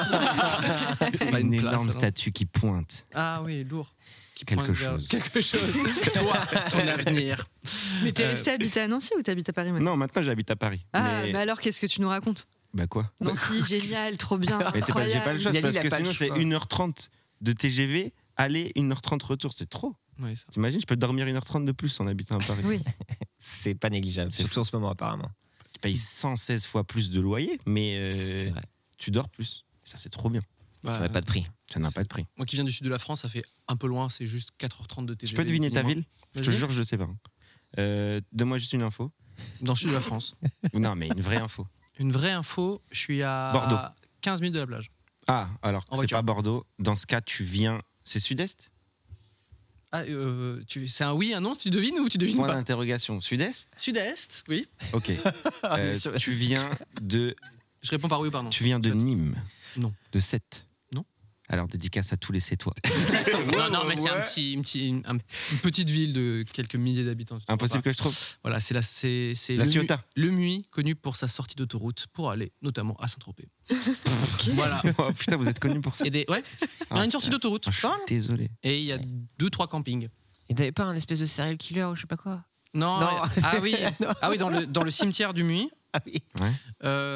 C'est pas une énorme statue qui pointe. Ah oui, lourd. Quelque chose. Toi, ton avenir. Mais t'es resté habité à Nancy ou t'habites à Paris maintenant ? Non, maintenant j'habite à Paris. Ah, mais alors qu'est-ce que tu nous racontes ? Bah quoi ? Nancy, génial, trop bien. Mais c'est pas, j'ai pas le choix, parce que sinon c'est 1h30 de TGV, aller 1h30 retour, c'est trop. Ouais, ça. T'imagines, je peux dormir 1h30 de plus en habitant à Paris. Oui. C'est pas négligeable, surtout en ce moment apparemment. Tu payes 116 fois plus de loyer, mais c'est vrai. tu dors plus. Et ça, c'est trop bien. Ouais. Ça n'a pas de prix. Ça n'a pas de prix. Moi qui viens du sud de la France, ça fait un peu loin, c'est juste 4h30 de TGV. Je peux deviner ta ville ? Je te Vas-y. jure, je le sais pas. Donne-moi juste une info. Dans le sud de la France. Non, mais une vraie info. Une vraie info, je suis à Bordeaux. 15 minutes de la plage. Ah, alors, En c'est voiture. pas Bordeaux. Dans ce cas, tu viens. C'est Sud-Est ? Ah, c'est un oui, un non, si tu devines ou tu devines Point pas ? d'interrogation. Sud-Est ? Sud-Est, oui. Ok. Tu viens de. Je réponds par oui ou par non. Tu viens de Nîmes ? Non. De Sète ? Non. Alors, dédicace à tous les Sétois. Non, mais c'est une petite ville de quelques milliers d'habitants. Impossible que je trouve. Voilà, c'est La Ciotat. le Muy, connu pour sa sortie d'autoroute pour aller notamment à Saint-Tropez. Voilà. Oh putain, vous êtes connu pour ça. Ouais, il y a une sortie d'autoroute. Je suis désolé. Et il y a 2-3 campings. Et t'avais pas un espèce de serial killer ou je sais pas quoi ? Non. Ah oui, dans le cimetière du Muy. Ah oui. Il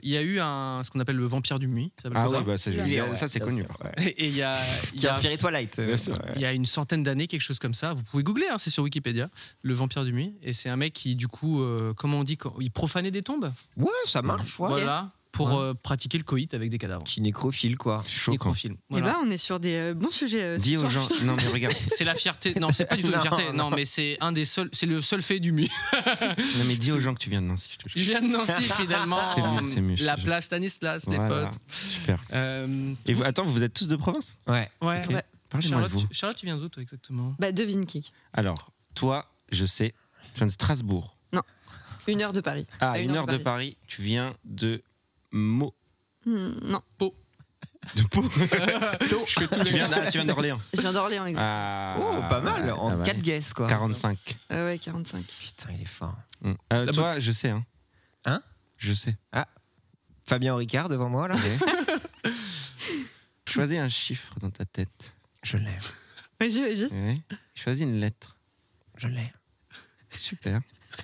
il y a eu ce qu'on appelle le Vampire du Muy. Ah oui, bah, ça c'est connu. Et il y a qui a inspiré Twilight. Il y a une centaine d'années, quelque chose comme ça. Vous pouvez googler, c'est sur Wikipédia, le Vampire du Muy. Et c'est un mec qui, du coup, comment on dit, il profanait des tombes. Ouais, ça marche. Ouais. Voilà. Pour pratiquer le coït avec des cadavres. Petit nécrophile, quoi. Nécrophile. Voilà. Et on est sur des bons sujets. Dis aux gens. Non, mais regarde. C'est la fierté. Non, c'est pas du tout une fierté. Non, mais c'est un des seuls. C'est le seul fait du Muy. Non, mais dis aux gens que tu viens de Nancy. Je viens de Nancy, finalement. C'est mieux. La place Stanislas, les potes. Super. Et vous, attends, vous êtes tous de province ? Ouais. Okay. Parlez-moi de vous. Charlotte, tu viens d'où, toi, exactement ? De Vinkik. Alors, toi, je sais, tu viens de Strasbourg. Non. 1 heure de Paris. Ah, 1 heure de Paris. Tu viens de Meaux. Non. Pau. De Pau. Tu viens d'Orléans. Je viens d'Orléans, exactement. Pas mal. En 4 guesses, quoi. 45. Ouais, 45. Putain, il est fort. Toi, je sais. Hein ? Je sais. Ah. Fabien Ricard devant moi, là. Choisis un chiffre dans ta tête. Je l'ai. Vas-y. Ouais. Choisis une lettre. Je l'ai. Super.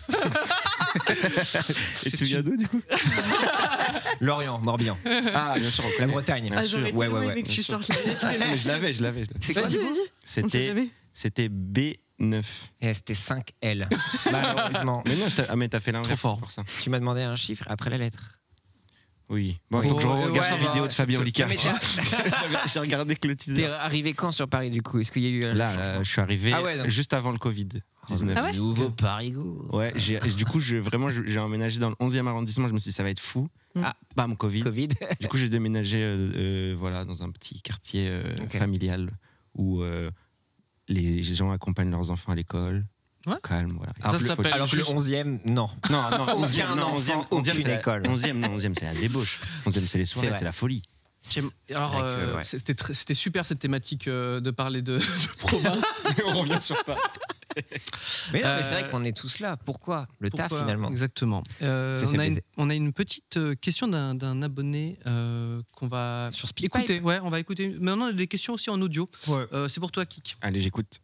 Et tu viens d'où, du coup ? Lorient, Morbihan. Ah, bien sûr, la Bretagne. Bien sûr. Ouais. Que tu sortes la lettre. Je l'avais. C'est quoi, C'était B9. Et c'était 5L. Malheureusement. Mais non, mais t'as fait l'inverse. Trop fort. Pour ça. Tu m'as demandé un chiffre après la lettre. Oui. Bon, faut que je regarde la vidéo de Fabien Olicard. J'ai regardé que le teaser. T'es arrivé quand sur Paris, du coup ? Est-ce qu'il y a eu Là, je suis arrivé juste avant le Covid-19. Ah ouais ? Nouveau Parigo. Ouais, du coup, j'ai emménagé dans le 11e arrondissement. Je me suis dit, ça va être fou. Bam, Covid. Du coup, j'ai déménagé dans un petit quartier familial où les gens accompagnent leurs enfants à l'école. Ouais. Calme, voilà. Alors que le 11e, non. Non, Aucun enfant, aucune école. 11e, c'est la débauche. 11e, c'est les soirées, c'est la folie. Alors, c'était super cette thématique de parler de province. On revient sur Paris. Mais c'est vrai qu'on est tous là. Pourquoi ? Taf, finalement. Exactement. On a une petite question d'un abonné qu'on va écouter. Ouais, on va écouter. Mais on a des questions aussi en audio. Ouais. C'est pour toi, Kik. Allez, j'écoute.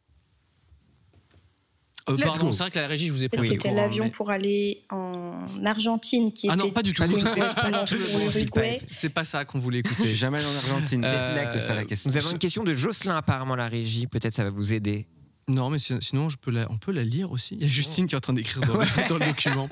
Pardon, c'est vrai que la régie, je vous ai pris. C'était l'avion pour aller en Argentine qui était. Non, pas du tout. C'est pas ça qu'on voulait écouter. Jamais en Argentine. C'est là que ça la question. Nous avons une question de Jocelyn, apparemment, la régie. Peut-être ça va vous aider. Non, mais sinon, on peut la lire aussi. Il y a Justine qui est en train d'écrire dans le document.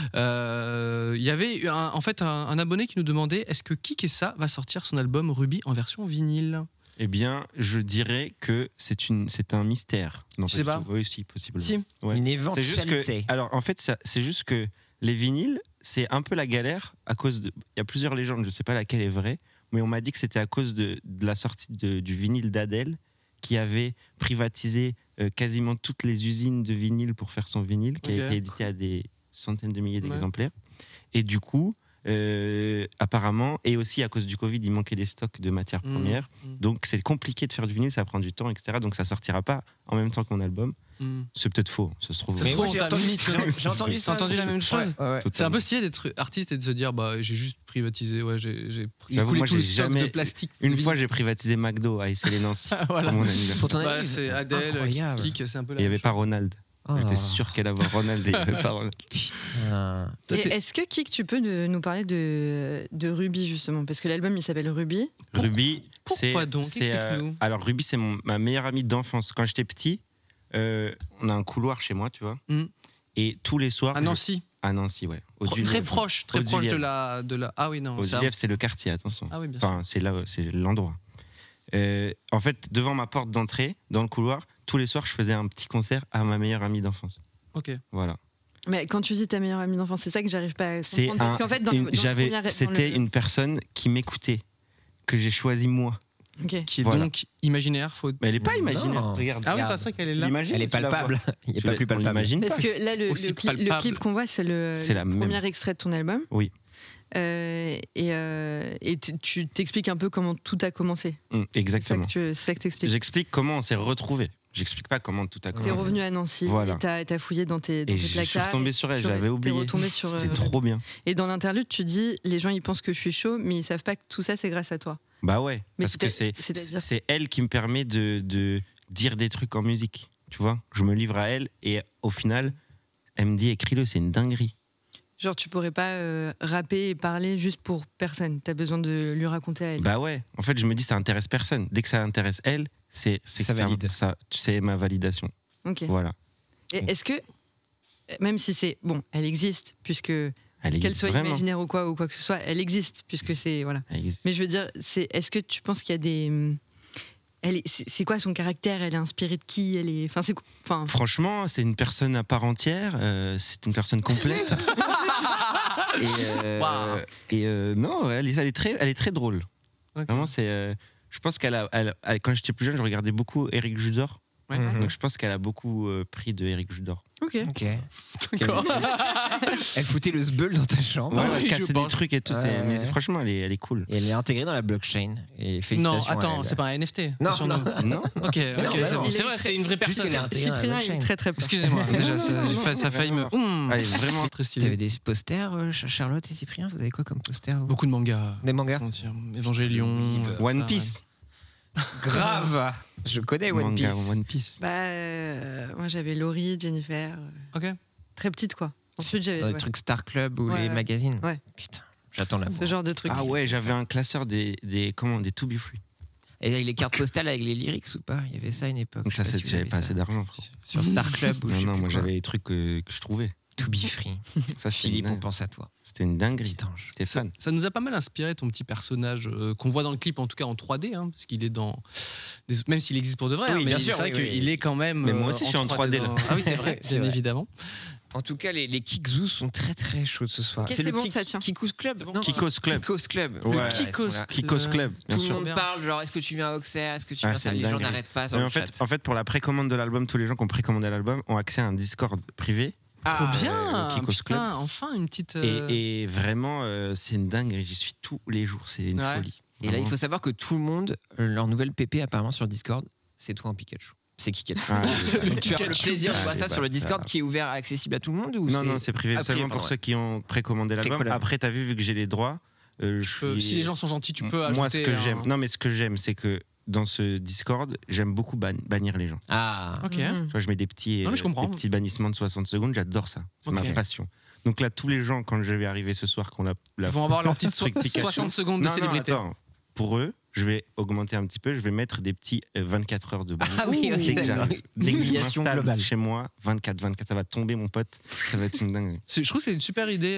Il y avait un abonné qui nous demandait est-ce que Kikessa va sortir son album Ruby en version vinyle ? Eh bien, je dirais que c'est un mystère. Non, je sais pas. Oui, si, possiblement. Si. Ouais. Une éventualité. Alors, en fait, c'est juste que les vinyles, c'est un peu la galère à cause de. Il y a plusieurs légendes, je ne sais pas laquelle est vraie, mais on m'a dit que c'était à cause de la sortie du vinyle d'Adèle, qui avait privatisé quasiment toutes les usines de vinyle pour faire son vinyle, qui a été édité à des centaines de milliers d'exemplaires. Et du coup. Apparemment, et aussi à cause du Covid, il manquait des stocks de matières premières. Donc c'est compliqué de faire du vinyle, ça prend du temps, etc. Donc ça sortira pas en même temps que mon album. C'est peut-être faux, ça se trouve. Mais j'ai entendu la même chose. Ouais. C'est un peu stylé d'être artiste et de se dire j'ai juste privatisé, j'ai coulé tout le stock de plastique. Une fois j'ai privatisé McDo à Essayer-les-Nancy pour mon anniversaire. C'est Adèle, Kik, c'est un peu la. Il n'y avait pas Ronald. J'étais sûr qu'elle avait Ronald et il n'y avait pas Ronald. Putain. Est-ce que Kik, tu peux nous parler de Ruby justement ? Parce que l'album il s'appelle Ruby. Ruby, pourquoi donc ? Explique-nous. Alors Ruby, c'est ma meilleure amie d'enfance. Quand j'étais petit, on a un couloir chez moi, tu vois. Et tous les soirs. À Nancy. À Nancy, ouais. Très proche de la. Ah oui, non. Au c'est le quartier, attention. Ah oui, bien sûr. Enfin, c'est l'endroit. En fait, devant ma porte d'entrée, dans le couloir, tous les soirs, je faisais un petit concert à ma meilleure amie d'enfance. Ok. Voilà. Mais quand tu dis ta meilleure amie d'enfance, c'est ça que j'arrive pas à comprendre. Parce qu'en fait, c'était une personne qui m'écoutait, que j'ai choisi moi. Okay. Qui est donc imaginaire. Mais elle n'est pas imaginaire. Non. Regarde. Ah oui, pas ça qu'elle est là. Elle est palpable. Il n'est pas plus palpable. Parce que là, le clip qu'on voit, c'est le premier extrait de ton album. Oui. Tu t'expliques un peu comment tout a commencé. Exactement. C'est ça que tu expliques. J'explique comment on s'est retrouvés. J'explique pas comment tout a commencé. T'es revenu à Nancy, voilà. Et t'as fouillé dans tes placards. Je suis retombé sur elle, j'avais oublié. C'était trop bien. Et dans l'interlude, tu dis, les gens ils pensent que je suis chaud, mais ils savent pas que tout ça c'est grâce à toi. Bah ouais, mais parce que c'est elle qui me permet de dire des trucs en musique. Tu vois, je me livre à elle et au final, elle me dit écris-le, c'est une dinguerie. Genre, tu pourrais pas rapper et parler juste pour personne. T'as besoin de lui raconter à elle. Bah ouais. En fait, je me dis, ça intéresse personne. Dès que ça intéresse elle, c'est ma validation. Ok. Voilà. Et est-ce que, même si c'est bon, elle existe puisque qu'elle soit vraiment. imaginaire ou quoi que ce soit, elle existe puisque c'est voilà. Mais je veux dire, est-ce que tu penses qu'il y a des c'est quoi son caractère? Elle est inspirée de qui? Elle est, Franchement, c'est une personne à part entière. C'est une personne complète. Non, elle est très drôle. Okay. Vraiment, c'est. Je pense quand j'étais plus jeune, je regardais beaucoup Éric Judor. Ouais. Donc je pense qu'elle a beaucoup pris de Éric Judor. Ok. D'accord. Elle foutait le sbeul dans ta chambre. Elle cassait des trucs et tout. Mais franchement, elle est cool. Et elle est intégrée dans la blockchain. Et félicitations. Non, attends, c'est pas un NFT. Non. Ok, c'est vrai, c'est une vraie personne. Elle est intégrée dans la blockchain. Très très. Excusez-moi, déjà, ça a failli me. Elle est vraiment très stylée. T'avais des posters, Charlotte et Cyprien? Vous avez quoi comme posters? Beaucoup de mangas. Des mangas? Évangélion. One Piece. Grave. Je connais One Piece. Moi j'avais Laurie, Jennifer. Ok. Très petite quoi. Ensuite j'avais les trucs Star Club ou les magazines. Ouais. Putain, j'attends la ce genre de trucs. Ah ouais, j'avais un classeur des To Be Free. Et avec les cartes postales avec les lyrics ou pas? Il y avait ça à une époque. Donc ça, j'avais pas assez d'argent. Sur Star Club ou non, moi j'avais les trucs que je trouvais. To Be Free. Ça, Philippe, on pense à toi. C'était une dinguerie. J'étais fan. Ça nous a pas mal inspiré ton petit personnage qu'on voit dans le clip, en tout cas en 3D, hein, parce qu'il est dans. Même s'il existe pour de vrai, oui, mais c'est vrai qu'il est quand même. Mais moi aussi, je suis en 3D là. Ah oui, c'est vrai, bien évidemment. En tout cas, les Kikzous sont très très chauds ce soir. Okay, c'est bon, ça tient. Kikos Club. Kikos Club. Kikos Club. Ouais. Kikos Club. Bien tout sûr. le monde parle, genre, est-ce que tu viens à Auxerre? Est-ce que tu viens à Les gens n'arrêtent pas sur le chat. En fait, pour la précommande de l'album, tous les gens qui ont précommandé l'album ont accès à un Discord privé. Trop bien. Kikos Club. Enfin une petite. Et vraiment, c'est une dinguerie. J'y suis tous les jours. C'est une folie. Et là, il faut savoir que tout le monde, leur nouvelle PP apparemment sur Discord, c'est toi en Pikachu. C'est Kikachu. Tu as le plaisir de voir ça sur le Discord qui est ouvert, accessible à tout le monde ou Non, c'est privé seulement pour ceux qui ont précommandé l'album. Après, t'as vu que j'ai les droits. Si les gens sont gentils, tu peux ajouter. Moi, ce que j'aime. Non, mais ce que j'aime, c'est que dans ce Discord, j'aime beaucoup bannir les gens. Ah, ok. Tu vois, je mets des petits bannissements de 60 secondes. J'adore ça. C'est ma passion. Donc là, tous les gens, quand je vais arriver ce soir, ils vont avoir leur petite 60 secondes de célébrité. Non, pour eux, je vais augmenter un petit peu. Je vais mettre des petits 24 heures de banni. Ah oui, dès que j'arrive. Dès que je m'installe globale chez moi, 24, ça va tomber, mon pote. Ça va être une dinguerie. Je trouve que c'est une super idée.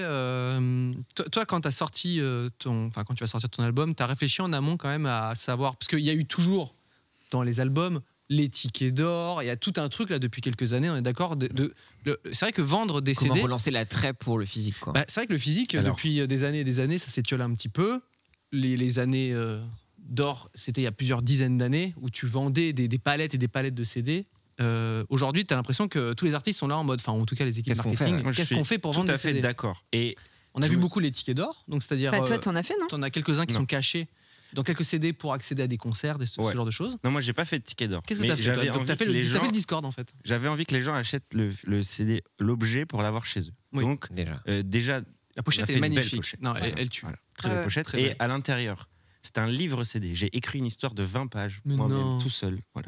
Toi, quand t'as sorti quand tu vas sortir ton album, t'as réfléchi en amont quand même à savoir, parce qu'il y a eu toujours dans les albums les tickets d'or. Il y a tout un truc là depuis quelques années. On est d'accord. C'est vrai que vendre des CD. Comment relancer l'attrait pour le physique, quoi. C'est vrai que le physique, depuis des années, ça s'étiole un petit peu. Les années d'or, c'était il y a plusieurs dizaines d'années où tu vendais des palettes et des palettes de CD. Aujourd'hui, tu as l'impression que tous les artistes sont là en mode, en tout cas les équipes marketing, qu'est-ce qu'on fait pour vendre des CD? Tout à fait d'accord. Et on a vu beaucoup les tickets d'or, donc c'est-à-dire. Toi, t'en as fait, non? T'en as quelques-uns qui sont cachés dans quelques CD pour accéder à des concerts, ce genre de choses. Non, moi j'ai pas fait de ticket d'or. Qu'est-ce que t'as fait? Donc t'as fait le Discord en fait. J'avais envie que les gens achètent le CD, l'objet pour l'avoir chez eux. Oui. Donc déjà. La pochette est magnifique. Non, elle tue. Voilà. Très belle pochette. Et à l'intérieur, c'est un livre CD. J'ai écrit une histoire de 20 pages, moi-même, tout seul. Voilà,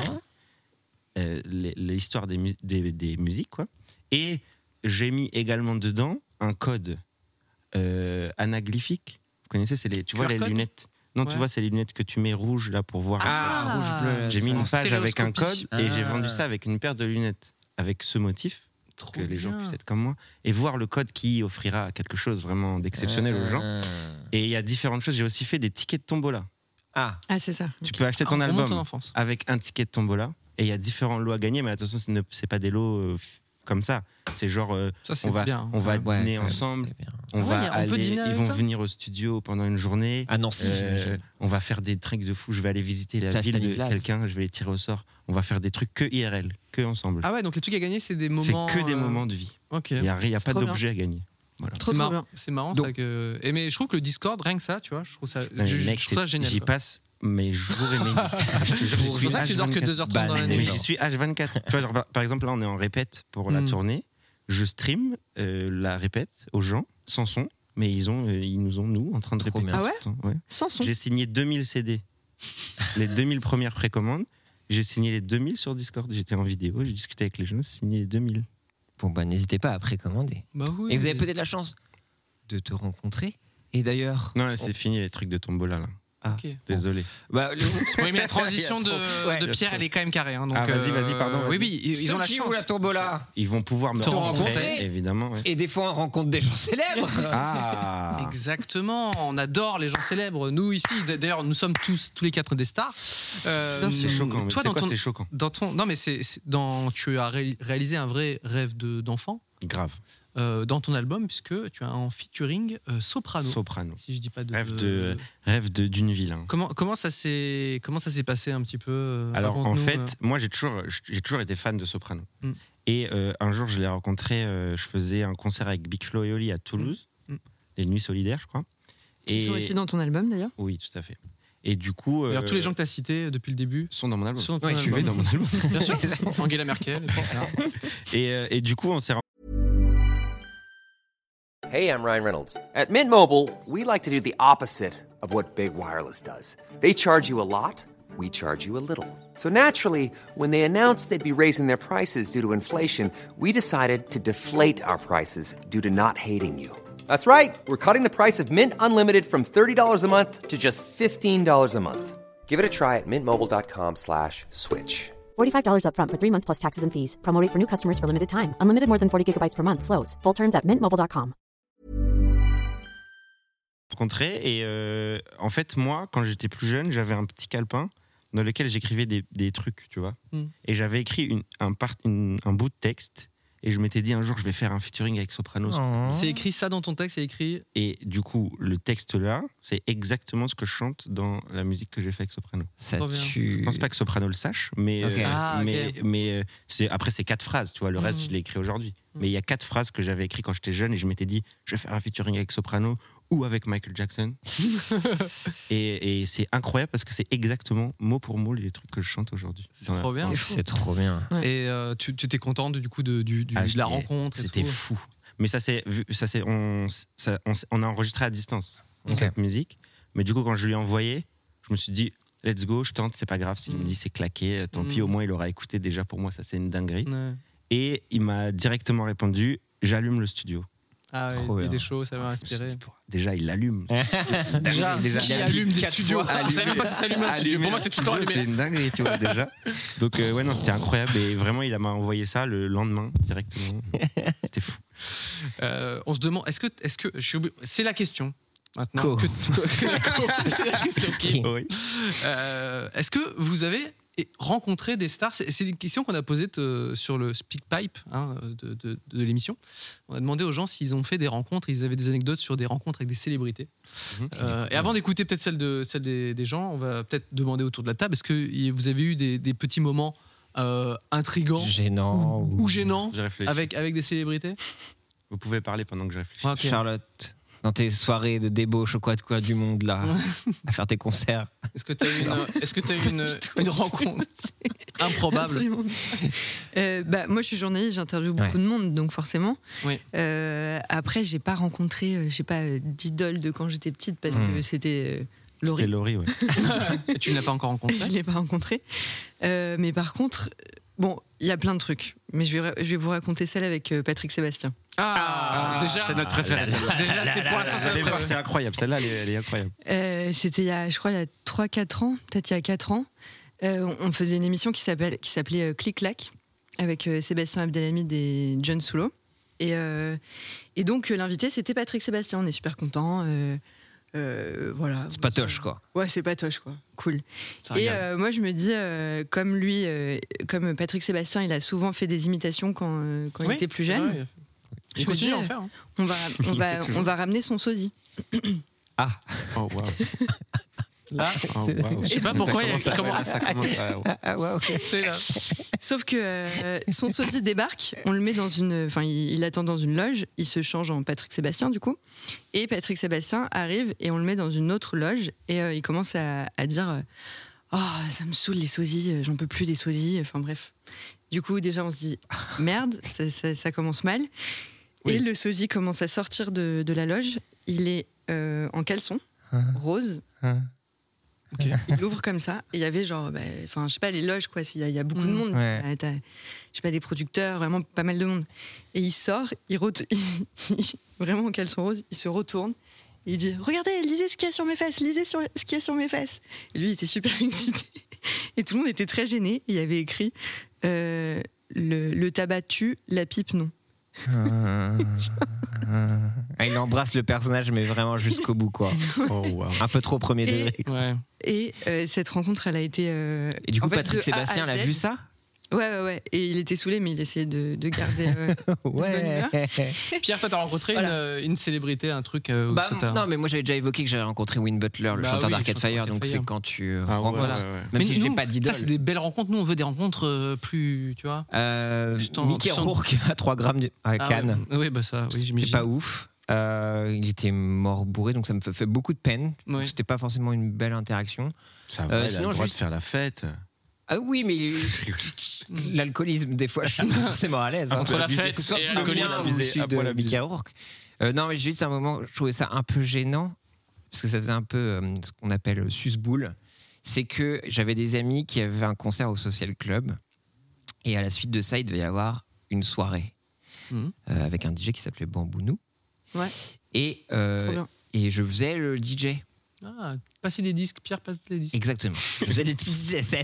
l'histoire des musiques, quoi. Et j'ai mis également dedans un code anaglyphique. Vous connaissez, tu vois les lunettes. Non, tu vois, c'est les lunettes que tu mets rouges là pour voir. Rouge, bleu. J'ai mis une page avec un code et j'ai vendu ça avec une paire de lunettes avec ce motif. Trop que les gens puissent être comme moi et voir le code qui offrira quelque chose vraiment d'exceptionnel aux gens. Et il y a différentes choses. J'ai aussi fait des tickets de tombola. C'est ça. Tu peux acheter ton album avec un ticket de tombola et il y a différents lots à gagner, mais attention, c'est pas des lots comme ça. C'est genre on va dîner ensemble, ils vont venir au studio pendant une journée. Ah non, on va faire des trucs de fou. Je vais aller visiter la ville de quelqu'un, je vais les tirer au sort. On va faire des trucs que IRL, que ensemble. Ah ouais, donc les trucs à gagner, c'est des moments. C'est que des moments de vie. Ok. Il y a pas d'objet à gagner. Voilà. Trop bien. C'est marrant ça que. Mais je trouve que le Discord, rien que ça, tu vois, je trouve ça génial. J'y passe mes jours et mes nuits. C'est pour ça que tu dors que 2h30 dans la nuit. J'y suis H24. Tu vois, genre, par exemple, là, on est en répète pour la tournée. Je stream la répète aux gens sans son, mais ils nous ont nous en train de répéter. Ah ouais, tout le temps. Ouais. Sans son. J'ai signé 2000 CD, les 2000 premières précommandes. J'ai signé les 2000 sur Discord. J'étais en vidéo, j'ai discuté avec les gens, j'ai signé les 2000. Bon, bah, n'hésitez pas à précommander. Bah oui, et vous avez peut-être la chance de te rencontrer. Et d'ailleurs... Non, c'est fini les trucs de tombola, là. Ah, okay. Désolé. Bah, mais la transition de Pierre, elle est quand même carrée. Hein, donc, vas-y, pardon. Oui, ils ont la chance. La tombola. Ils vont pouvoir me rencontrer, évidemment. Ouais. Et des fois, on rencontre des gens célèbres. Exactement. On adore les gens célèbres. Nous, ici, d'ailleurs, nous sommes tous les 4 des stars. C'est choquant. Toi, c'est choquant. Non, mais tu as réalisé un vrai rêve d'enfant. Grave. Dans ton album, puisque tu as en featuring Soprano. Si je dis pas rêve d'une ville. Hein. Comment ça s'est passé un petit peu Alors en fait, moi j'ai toujours été fan de Soprano. Et un jour je l'ai rencontré, je faisais un concert avec Big Flo et Oli à Toulouse, les Nuits Solidaires, je crois. Ils sont aussi dans ton album d'ailleurs. Oui, tout à fait. Et du coup, d'ailleurs, tous les gens que tu as cités depuis le début sont dans mon album. Tu es dans mon album. Bien sûr. Angela Merkel. Et du coup, on s'est. Hey, I'm Ryan Reynolds. At Mint Mobile, we like to do the opposite of what Big Wireless does. They charge you a lot, we charge you a little. So naturally, when they announced they'd be raising their prices due to inflation, we decided to deflate our prices due to not hating you. That's right. We're cutting the price of Mint Unlimited from $30 a month to just $15 a month. Give it a try at mintmobile.com/switch. $45 up front for 3 months plus taxes and fees. Promo rate for new customers for limited time. Unlimited more than 40 gigabytes per month. Slows full terms at mintmobile.com. Rencontré et en fait moi quand j'étais plus jeune j'avais un petit calepin dans lequel j'écrivais des trucs, tu vois, et j'avais écrit un bout de texte et je m'étais dit un jour je vais faire un featuring avec Soprano. C'est écrit ça dans ton texte, c'est écrit. Et du coup le texte là c'est exactement ce que je chante dans la musique que j'ai fait avec Soprano. Je pense pas que Soprano le sache, mais mais c'est 4 phrases, tu vois, le reste je l'ai écrit aujourd'hui. Mais il y a 4 phrases que j'avais écrites quand j'étais jeune et je m'étais dit je vais faire un featuring avec Soprano ou avec Michael Jackson. et c'est incroyable parce que c'est exactement mot pour mot les trucs que je chante aujourd'hui. C'est trop bien. C'est trop bien. Ouais. Et tu t'es contente du coup de la rencontre. C'était fou. Mais on a enregistré à distance cette musique. Mais du coup quand je lui ai envoyé, je me suis dit let's go, je tente, c'est pas grave. S'il me dit c'est claqué, tant pis, au moins il aura écouté. Déjà pour moi ça c'est une dinguerie. Ouais. Et il m'a directement répondu j'allume le studio. Ah oui, il est chaud, ça m'a inspiré. Déjà, il l'allume. déjà qui allume des studios. Je savais même pas si ça allume un studio. Pour moi, c'est tout le temps allumé. C'est une dinguerie, tu vois, déjà. Donc, non, c'était incroyable. Et vraiment, il m'a envoyé ça le lendemain, directement. C'était fou. On se demande, est-ce que c'est la question maintenant. C'est la question qui. Oui. Est-ce que vous avez rencontrer des stars? C'est une question qu'on a posée sur le SpeakPipe de l'émission. On a demandé aux gens s'ils ont fait des rencontres, ils avaient des anecdotes sur des rencontres avec des célébrités. Et avant d'écouter peut-être celle des gens, on va peut-être demander autour de la table, est-ce que vous avez eu des petits moments intrigants, gênants ou gênants avec des célébrités? Vous pouvez parler pendant que je réfléchis. Okay. Charlotte, dans tes soirées de débauche ou quoi du monde là, à faire tes concerts. Est-ce que tu as eu une rencontre improbable? Moi je suis journaliste, j'interviewe beaucoup de monde, donc forcément. Oui. Après j'ai pas rencontré, d'idole de quand j'étais petite parce que c'était Laurie. C'était Laurie, ouais. Tu ne l'as pas encore rencontrée? Je l'ai pas rencontrée. Mais par contre, bon, il y a plein de trucs. Mais je vais vous raconter celle avec Patrick Sébastien. Déjà, c'est notre préférée. Déjà, c'est pour l'instant, c'est incroyable. Celle-là, elle est incroyable. C'était il y a 3-4 ans, peut-être il y a 4 ans. On faisait une émission qui s'appelait Clic-Clac avec Sébastien Abdelhamid et John Soulo. Et donc, l'invité, c'était Patrick Sébastien. On est super contents. Voilà. C'est patoche, quoi. Ouais, c'est patoche, quoi. Cool. Et moi, je me dis, comme Patrick Sébastien, il a souvent fait des imitations quand il était plus jeune. Ouais. Je continue à en faire. On va ramener son sosie. Oh, wow. Là, je sais pas pourquoi ça commence. Sauf que son sosie débarque, on le met dans il attend dans une loge, il se change en Patrick Sébastien du coup, et Patrick Sébastien arrive et on le met dans une autre loge et il commence à dire ça me saoule les sosies, j'en peux plus des sosies, enfin bref. Du coup déjà on se dit merde, ça commence mal. Oui. Et le sosie commence à sortir de la loge, il est en caleçon rose. Okay. Il l'ouvre comme ça, et il y avait genre, je sais pas, les loges, quoi. Il y a beaucoup de monde. Ouais. Je sais pas, des producteurs, vraiment pas mal de monde. Et il sort, vraiment en caleçon rose, il se retourne, et il dit regardez, lisez ce qu'il y a sur mes fesses, lisez ce qu'il y a sur mes fesses. Et lui, il était super excité. Et tout le monde était très gêné. Et il y avait écrit le tabac tue, la pipe non. Il embrasse le personnage, mais vraiment jusqu'au bout, quoi. Oh, wow. Un peu trop premier degré. Ouais. Et cette rencontre, elle a été. Et du coup, en fait, Patrick Sébastien l'a vu ça? Ouais. Et il était saoulé, mais il essayait de garder. Ouais. Pierre, toi, t'as rencontré une célébrité, un truc non, mais moi j'avais déjà évoqué que j'avais rencontré Win Butler, le chanteur d'Arcade Fire, donc c'est quand tu rencontres. Ouais. Même si je n'ai pas d'idole. Ça, c'est des belles rencontres. Nous, on veut des rencontres plus, tu vois. Mickey Rourke à 3 grammes à Cannes. Oui, bah ça, oui, j'imagine. C'était pas ouf. Il était mort bourré, donc ça me fait beaucoup de peine. Oui. C'était pas forcément une belle interaction. Ça va, il a sinon, le droit de faire la fête. Ah oui, mais l'alcoolisme, des fois, je suis pas forcément à l'aise. Entre la fête et l'alcoolisme, je suis de Mickey Rourke. Non, mais juste un moment, je trouvais ça un peu gênant, parce que ça faisait un peu ce qu'on appelle susboule. C'est que j'avais des amis qui avaient un concert au Social Club, et à la suite de ça, il devait y avoir une soirée avec un DJ qui s'appelait Bambounou. Ouais. Et je faisais le DJ. Ah, passer des disques, Pierre passe des disques. Exactement. Je faisais des petits DJ sets,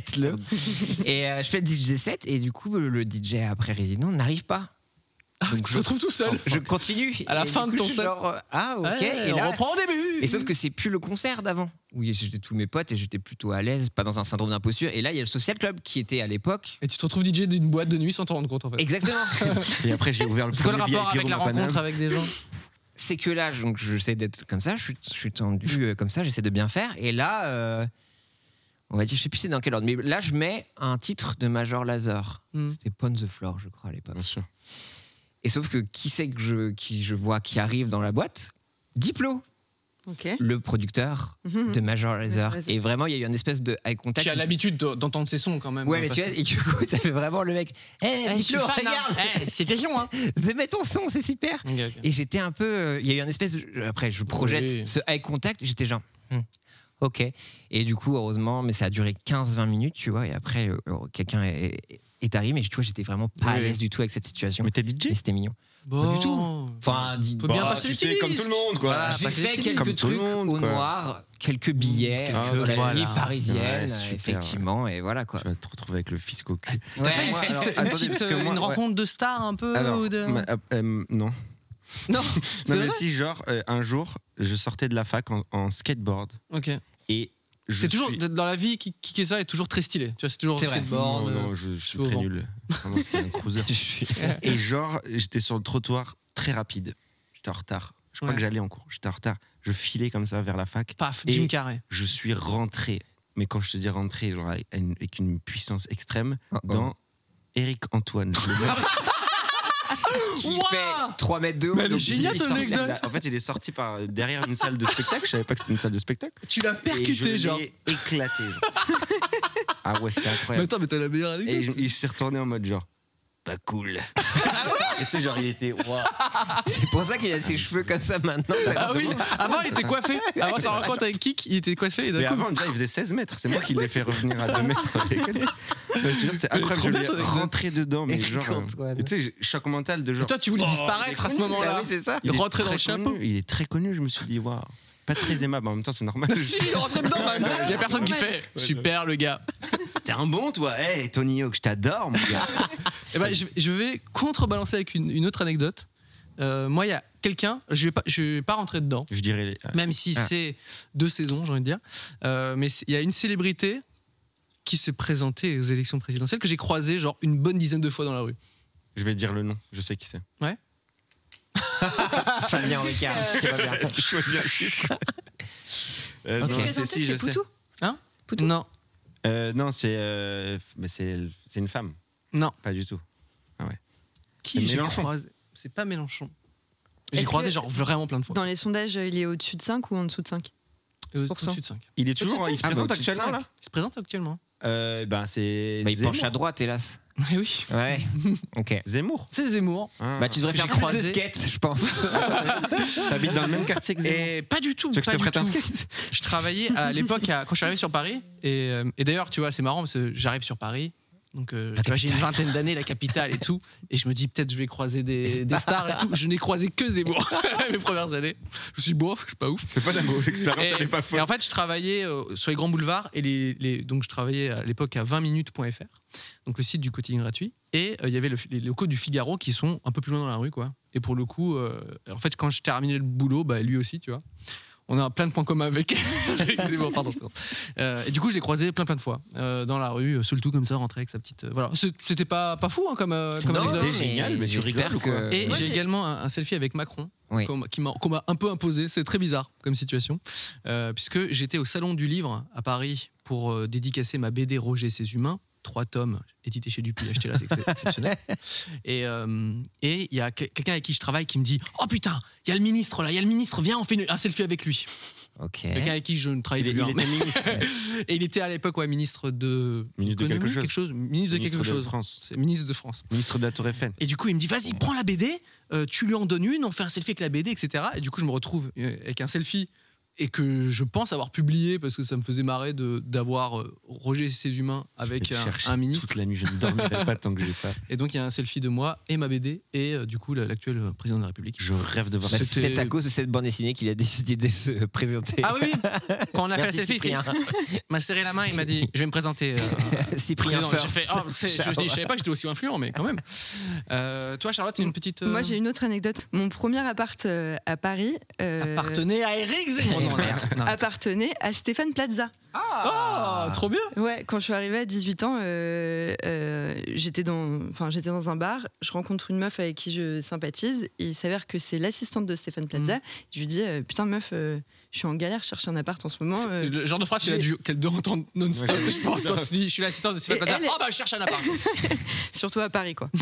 et je fais le DJ set, et du coup, le DJ après résident n'arrive pas. Donc je me retrouve tout seul. Je continue. À la fin de ton set. Ah, ok. Ouais, et on là, reprend au début. Et sauf que c'est plus le concert d'avant. Oui, j'étais tous mes potes et j'étais plutôt à l'aise, pas dans un syndrome d'imposture. Et là, il y a le Social Club qui était à l'époque. Et tu te retrouves DJ d'une boîte de nuit sans t'en rendre compte, en fait. Exactement. Et après, j'ai ouvert le C'est quoi le premier rapport avec la rencontre avec des gens? C'est que là, donc, j'essaie d'être comme ça, je suis tendu comme ça, j'essaie de bien faire. Et là, on va dire, je sais plus c'est dans quel ordre, mais là, je mets un titre de Major Lazer. C'était Pon the Floor, je crois, à l'époque. Bien sûr. Et sauf que qui c'est que je vois qui arrive dans la boîte? Diplo. Okay. Le producteur de Major Lazer. Et vraiment, il y a eu une espèce de eye contact. Tu as l'habitude d'entendre ses sons quand même. Ouais, mais tu vois, et du coup, ça fait vraiment le mec. Diplo, regarde, c'était son, hein. Mets ton son, c'est super. Okay. Et j'étais un peu. Il y a eu une espèce. Après, je projette ce eye contact, j'étais genre. Ok. Et du coup, heureusement, mais ça a duré 15-20 minutes, tu vois. Et après, quelqu'un est arrivé, mais tu vois, j'étais vraiment pas à l'aise du tout avec cette situation. Mais t'es DJ? Mais c'était mignon. Bon. Pas du tout. Enfin, faut bien passer les petits comme tout le monde, quoi. Voilà, j'ai fait quelques trucs au noir, quelques billets, quelques voilà. parisiennes, Ouais, super, effectivement, ouais. et voilà quoi. Tu vas te retrouver avec le fisc au cul. Ouais, Une rencontre de star un peu ou de... Non. Non, Mais si, genre, un jour, je sortais de la fac en skateboard. Ok. Et c'est toujours dans la vie qui est ça est toujours très stylé. Tu vois, c'est toujours skateboard. Non, je suis très nul. Vraiment, c'était un cruiser. Et genre, j'étais sur le trottoir très rapide. J'étais en retard. Je crois que j'allais en cours. J'étais en retard. Je filais comme ça vers la fac. Paf, Jim Carrey. Je suis rentré. Mais quand je te dis rentré, genre avec une puissance extrême, dans Eric Antoine. Qui fait 3 mètres de haut. Mais génial ton anecdote. En fait, il est sorti par derrière une salle de spectacle. Je savais pas que c'était une salle de spectacle. Tu l'as percuté, genre. Et je l'ai éclaté. Genre. Ah ouais, c'était incroyable. Mais attends, mais t'as la meilleure anecdote. Et il s'est retourné en mode genre, pas cool. Et tu sais, genre, il était. Wow. C'est pour ça qu'il a ses cheveux comme ça maintenant. Ah oui, avant il était coiffé. Avant sa rencontre avec Kik, il était coiffé. Mais avant, déjà, il faisait 16 mètres. C'est moi qui l'ai fait revenir à 2 mètres. Je te jure, c'était incroyable. Je lui ai rentré dedans, mais genre. Tu sais, choc mental de genre. Et toi, tu voulais disparaître à ce moment-là. Oui, c'est ça. Il rentrait dans le chapeau. Il est très connu, je me suis dit, waouh. Pas très aimable, en même temps, c'est normal. Si, il est rentré dedans, même. Il y a personne qui fait. Super, le gars. T'es un bon, toi. Hey, Tony Hawk, je t'adore, mon gars. Eh ben, je vais contrebalancer avec une autre anecdote. Moi, il y a quelqu'un, je vais pas rentrer dedans. Je dirais. Même si c'est 2 saisons, j'ai envie de dire. Mais il y a une célébrité qui s'est présentée aux élections présidentielles que j'ai croisée genre une bonne dizaine de fois dans la rue. Je vais dire le nom, je sais qui c'est. Ouais. Fabien Ricard, qui va bien choisir un chiffre. Non, c'est je sais. Hein Poutou. Non. Non, c'est une femme. Non. Pas du tout. Ah ouais. Qui j'ai Mélenchon. croisé? C'est pas Mélenchon. J'ai Est-ce croisé que genre vraiment plein de fois. Dans les sondages, il est au-dessus de 5 ou en dessous de 5? Au-dessus de 5. Il est toujours. Il se présente actuellement là. Il se présente actuellement. Ben c'est. il penche à droite, hélas. Oui. Ouais. Ok. Zemmour. C'est Zemmour. Bah, tu devrais faire plus de skate, je pense. T'habites dans le même quartier que Zemmour. Et pas du tout. Tu veux que je te prête un skate ? Je travaillais à l'époque quand je suis arrivé sur Paris. Et d'ailleurs, tu vois, c'est marrant parce que j'arrive sur Paris. Donc, j'ai une vingtaine d'années, la capitale et tout. Et je me dis, peut-être je vais croiser des stars et tout. Je n'ai croisé que Zemmour mes premières années. Je me suis dit, bon, c'est pas ouf. C'est pas la mauvaise expérience, elle est pas folle. Et en fait, je travaillais sur les grands boulevards. Et donc, je travaillais à l'époque à 20minutes.fr, donc le site du quotidien gratuit. Et il y avait les locaux du Figaro qui sont un peu plus loin dans la rue, quoi. Et pour le coup, en fait, quand je terminais le boulot, bah, lui aussi, tu vois. On a plein de points communs avec Zemmour, pardon. Et du coup, je l'ai croisé plein de fois dans la rue, seul tout comme ça, rentrer avec sa petite. Voilà, c'était pas fou hein, comme anecdote. C'était génial, mais tu rigoles ou quoi ? Et j'ai également un selfie avec Macron. Oui. Qu'on m'a un peu imposé. C'est très bizarre comme situation, puisque j'étais au Salon du Livre à Paris pour dédicacer ma BD Roger et ses humains. 3 tomes édités chez Dupuis, acheté là, c'est exceptionnel. Et il y a quelqu'un avec qui je travaille qui me dit « Oh putain, il y a le ministre là, viens, on fait un selfie avec lui. » Ok. Quelqu'un avec qui je ne travaille plus. Il était ministre. Et il était à l'époque ministre de... Ministre de quelque chose. Ministre de quelque chose. France. C'est ministre de France. Ministre de la Tour Eiffel. Et du coup, il me dit « Vas-y, prends la BD, tu lui en donnes une, on fait un selfie avec la BD, etc. » Et du coup, je me retrouve avec un selfie et que je pense avoir publié parce que ça me faisait marrer d'avoir Roger et ses humains avec un ministre. Toute la nuit, je ne dormirai pas tant que j'ai pas. Et donc il y a un selfie de moi et ma BD et du coup l'actuel président de la République. Je rêve de voir ça. C'est peut-être à cause de cette bande dessinée qu'il a décidé de se présenter. Ah oui, quand on a fait la selfie, il m'a serré la main et il m'a dit je vais me présenter. Cyprien First. Je savais pas que j'étais aussi influent, mais quand même. Toi Charlotte, tu as une petite... Moi j'ai une autre anecdote. Mon premier appart à Paris appartenait à Éric Zemmour. Appartenait à Stéphane Plaza. Ah, trop bien. Ouais, quand je suis arrivée à 18 ans, j'étais dans un bar, je rencontre une meuf avec qui je sympathise, et il s'avère que c'est l'assistante de Stéphane Plaza. Je lui dis putain meuf, je suis en galère, je cherche un appart en ce moment. Le genre de phrase qu'elle doit entendre non-stop. Je pense quand tu dis je suis l'assistante de Stéphane Plaza. Oh bah je cherche un appart. Surtout à Paris quoi.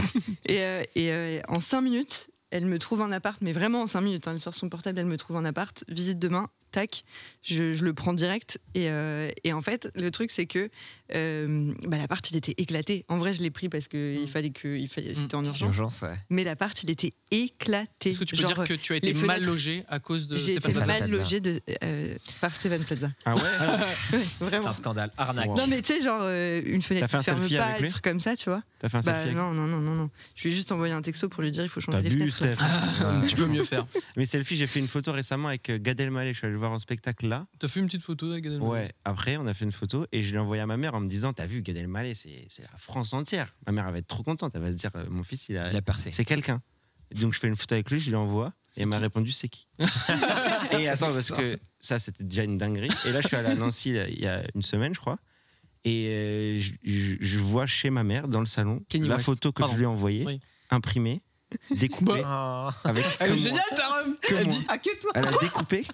et en 5 minutes, elle me trouve un appart, mais vraiment en 5 minutes. Elle sort son portable, elle me trouve un appart. Visite demain, tac, je le prends direct. Et en fait, le truc, c'est que l'appart, il était éclaté. En vrai, je l'ai pris parce que c'était en urgence. Ouais. Mais l'appart, il était éclaté. Est-ce que tu peux dire que tu as été mal logé à cause de Stéphane Plaza ? J'ai été mal logé par Stéphane Plaza. Ah ouais, ouais, vraiment. C'est un scandale, arnaque. Non mais tu sais, genre une fenêtre qui ne ferme pas, des trucs comme ça, tu vois. T'as fait un selfie avec... Non. Je lui ai juste envoyé un texto pour lui dire il faut changer les fenêtres. Tu peux mieux faire. Mais selfie, j'ai fait une photo récemment avec Gad Elmaleh. Je suis allé le voir en spectacle là. T'as fait une petite photo avec Gad Elmaleh ? Ouais. Après, on a fait une photo et je l'ai envoyée à ma mère en me disant t'as vu Gad Elmaleh, c'est la France entière. Ma mère elle va être trop contente. Elle va se dire mon fils il a percé. C'est quelqu'un. Et donc je fais une photo avec lui, je lui envoie et elle m'a répondu c'est qui. Et attends parce que ça c'était déjà une dinguerie. Et là je suis allé à Nancy il y a une semaine je crois. Et je vois chez ma mère dans le salon Kenny la West. Photo que je lui ai envoyée, imprimée, découpée. Avec elle est géniale ta Rome. Elle dit que toi. Elle a découpé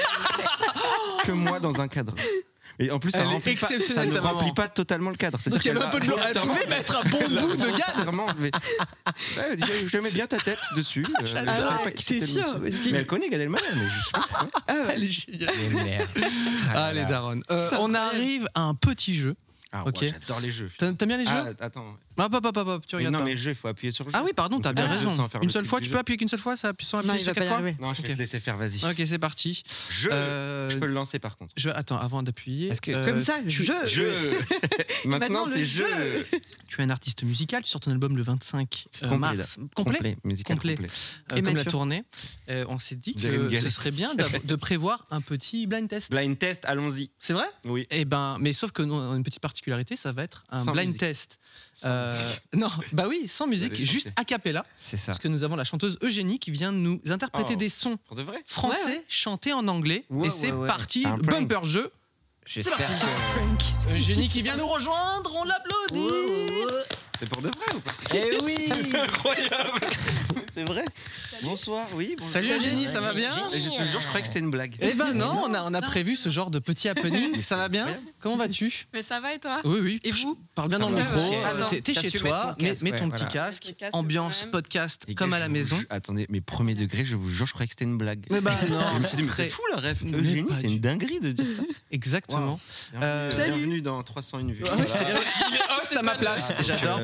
que moi dans un cadre. Et en plus, ça ne remplit pas totalement le cadre. Donc il y avait un peu de blanc. Elle pouvait mettre un bon bout de Gad. Je te mets bien ta tête dessus. Je sais pas qui c'était le monsieur. Mais elle connaît Gad Elmaleh, mais je sais pas pourquoi. Elle est géniale. Allez Daron. On arrive à un petit jeu. Ah okay. Ouais, j'adore les jeux. T'aimes bien les jeux? Attends. Hop, tu regardes. Non, mais le jeu, il faut appuyer sur le jeu. Ah oui, pardon, t'as bien raison. Une seule fois, tu peux appuyer qu'une seule fois, ça appuie sur appuyer sur 4 fois. Non, je vais te laisser faire, vas-y. Ok, c'est parti. Je peux le lancer par contre. Attends, avant d'appuyer. Comme ça, jeu. Maintenant, c'est jeu. Tu es un artiste musical, tu sors ton album le 25 mars. Complet. Comme la tournée. On s'est dit que ce serait bien de prévoir un petit blind test. Blind test, allons-y. C'est vrai? Oui. Mais sauf que nous, on a une petite particularité, ça va être un blind test. Non, bah oui, sans musique, juste a cappella. C'est ça. Parce que nous avons la chanteuse Eugénie qui vient nous interpréter des sons français chantés en anglais. Et c'est parti, bumper jeu. C'est parti. Eugénie qui vient nous rejoindre, on l'applaudit. C'est pour de vrai ou pas? Eh oui. C'est incroyable. C'est vrai. Bonsoir, oui. Bonjour. Salut Eugénie, ça va bien? Je croyais que c'était une blague. Eh ben non, on a prévu ce genre de petit happening. Ça va bien? Comment vas-tu? Mais ça va et toi? Oui. Et vous? Parle bien dans le micro. Ouais. T'es chez toi, mets ton petit casque. Ambiance podcast comme à la maison. Attendez, mais premier degré, je vous jure, je croyais que c'était une blague. Mais bah non, c'est fou la ref. Eugénie, c'est une dinguerie de dire ça. Exactement. Bienvenue dans 301 vues. C'est à ma place. J'adore.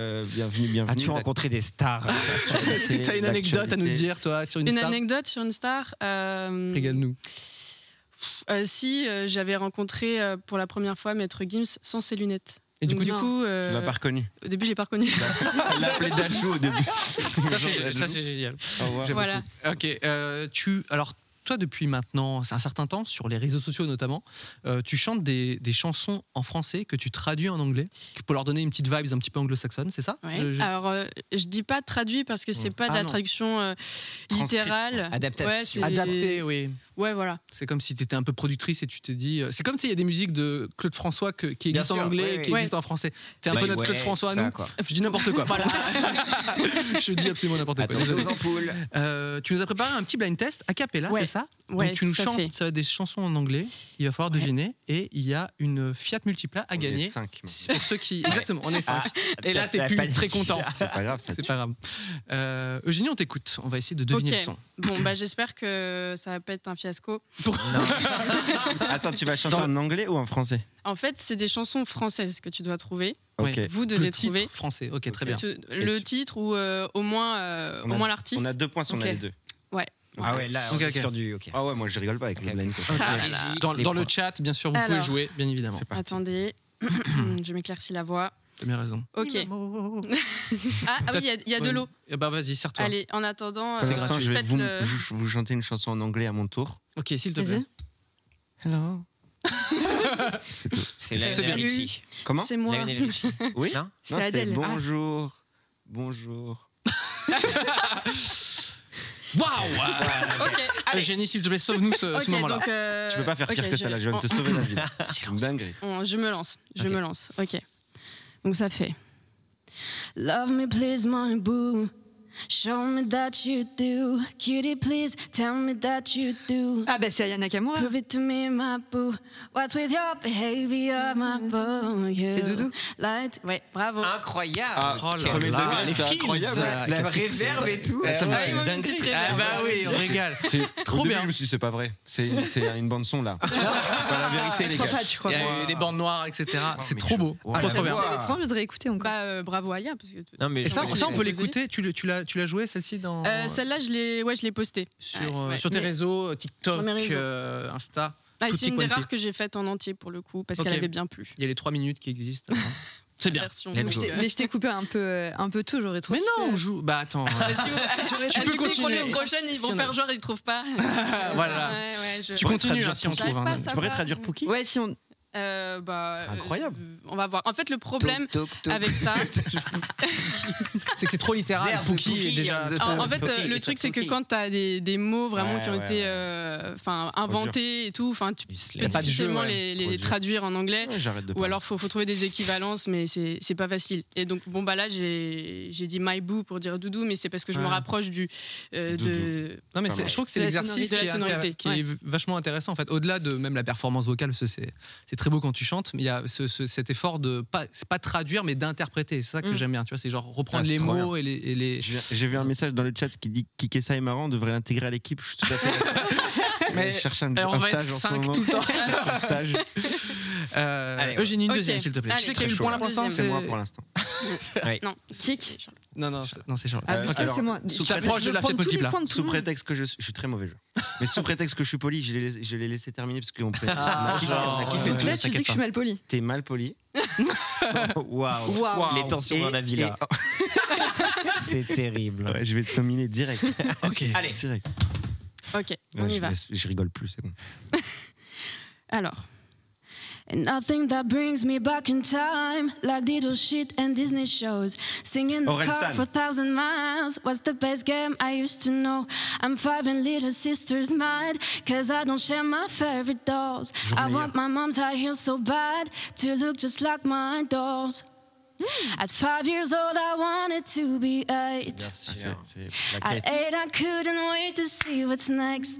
bienvenue. As-tu rencontré des stars? Est-ce que tu as une anecdote à nous dire, toi, sur une star? Une anecdote sur une star Régale-nous. Si, j'avais rencontré pour la première fois Maître Gims sans ses lunettes. Et du coup, tu l'as pas reconnu. Au début, j'ai pas reconnu. Elle l'a appelé Dachou au début. Ça, c'est génial. Voilà. Ok. Alors, toi, depuis maintenant un certain temps, sur les réseaux sociaux notamment, tu chantes des chansons en français que tu traduis en anglais pour leur donner une petite vibe un petit peu anglo-saxonne, c'est ça? Ouais. Alors, je dis pas traduit parce que c'est pas de la traduction littérale. Adaptation. Adapté, oui. Ouais, voilà. C'est comme si tu étais un peu productrice et tu t'es dit. C'est comme s'il y a des musiques de Claude François qui existent en anglais et qui existent en français. T'es un peu notre Claude François à nous. Je dis n'importe quoi. Voilà. Je dis absolument n'importe quoi. Attention aux ampoules. Tu nous as préparé un petit blind test a cappella, c'est ça? Ouais, donc tu nous chantes, ça va être des chansons en anglais. Il va falloir deviner et il y a une Fiat Multipla à gagner. On est 5. Pour ceux qui. Exactement, on est 5. Et là, t'es plus très content. C'est pas grave. C'est pas grave. Eugénie, on t'écoute. On va essayer de deviner le son. Bon, j'espère que ça va pas être un fiasco. Attends, tu vas chanter en anglais ou en français? En fait, c'est des chansons françaises que tu dois trouver. Okay. Vous devez trouver. Français, ok, très bien. Le titre ou au moins l'artiste. On a 2 points si on a les 2. Ouais. Ah ouais, là, on est sur du. Okay. Ah ouais, moi je rigole pas avec les blind tests. Dans le chat, bien sûr, vous pouvez jouer, bien évidemment. Attendez, je m'éclaircis la voix. T'as bien raison. Ok. Oui, il y a de l'eau. Bah vas-y, sers-toi. Allez, en attendant, je vais vous chanter une chanson en anglais à mon tour. Ok, s'il te plaît. Hello. C'est tout. C'est Lionel Richie. Comment? C'est moi. Lionel Richie. Oui. Non, c'était Adèle. Bonjour. Bonjour. Waouh. Ok. Eugénie, s'il te plaît, sauve-nous ce moment-là. Donc, tu peux pas faire pire que ça là. Je vais te sauver la vie. C'est une dinguerie. Je me lance. Ok. Donc ça fait. Love me please my boo. Show me that you do. Cutie please tell me that you do. Ah bah c'est Aya Nakamura. Prove it to me my boo. What's with your behavior my boo? C'est Doudou. Light. Ouais, bravo. Incroyable. Premier degré, c'était incroyable. La réverb et tout. Attends, ils m'ont une petite réverb. Bah oui, on régale. Trop bien. Je me suis dit, c'est pas vrai. C'est une bande son là. C'est pas la vérité les gars. Il y a eu des bandes noires, etc. C'est trop beau. Trop bien. J'avais trop envie de réécouter encore. Bravo Aya. Et ça, on peut l'écouter. Tu l'as joué celle-ci dans. Celle-là, je l'ai postée sur tes réseaux, TikTok, Insta. C'est une des rares que j'ai faites en entier pour le coup parce qu'elle avait bien plu. Il y a les 3 minutes qui existent. C'est bien. Mais je t'ai coupé un peu tout, j'aurais trouvé. Mais non, on joue. Bah attends. Tu peux continuer. Pour les prochaines, ils vont faire genre ils trouvent pas. Voilà. Tu continues si on trouve. Tu pourrais traduire Pookie? Ouais, si on. Incroyable. On va voir. En fait, le problème avec ça, c'est que c'est trop littéral. Pookie est déjà. En fait, le truc, c'est que quand t'as des mots vraiment qui ont été inventés et tout, tu peux difficilement les traduire en anglais. Ou alors, faut trouver des équivalences, mais c'est pas facile. Et donc, là, j'ai dit my boo pour dire doudou, mais c'est parce que je me rapproche du. Non, mais je trouve que c'est l'exercice qui est vachement intéressant. En fait, au-delà de même la performance vocale, c'est très beau quand tu chantes, mais il y a cet effort de c'est pas traduire mais d'interpréter. C'est ça que j'aime bien, tu vois, c'est genre reprendre les mots et les. J'ai vu un message dans le chat qui dit Kikessa est marrant, on devrait l'intégrer à l'équipe. Je suis tout à fait. Mais on va être 5 tout le temps. Un stage. Eugénie, une deuxième, s'il te plaît. Allez, tu sais qui a eu le point là pour l'instant? C'est moi pour l'instant. Non, Kik. Non, c'est Charlotte. C'est moi. Tu t'approches de la Fiat Multipla. Sous prétexte que je suis très mauvais jeu. Mais sous prétexte que je suis poli, je l'ai laissé terminer parce qu'on peut. Là, tu dis que je suis mal poli. T'es mal poli. Waouh. Les tensions dans la villa. C'est terrible. Ouais, je vais te nominer direct. Ok. Allez. Direct. Ok, on y va. Je rigole plus, c'est bon. Alors. And nothing that brings me back in time like diddle shit and Disney shows. Singing the car for 1,000 miles was the best game I used to know. I'm 5 and little sister's mad cause I don't share my favorite dolls. I want my mom's high heels so bad to look just like my dolls. At 5 years old I wanted to be 8. At 8 I couldn't wait to see what's next.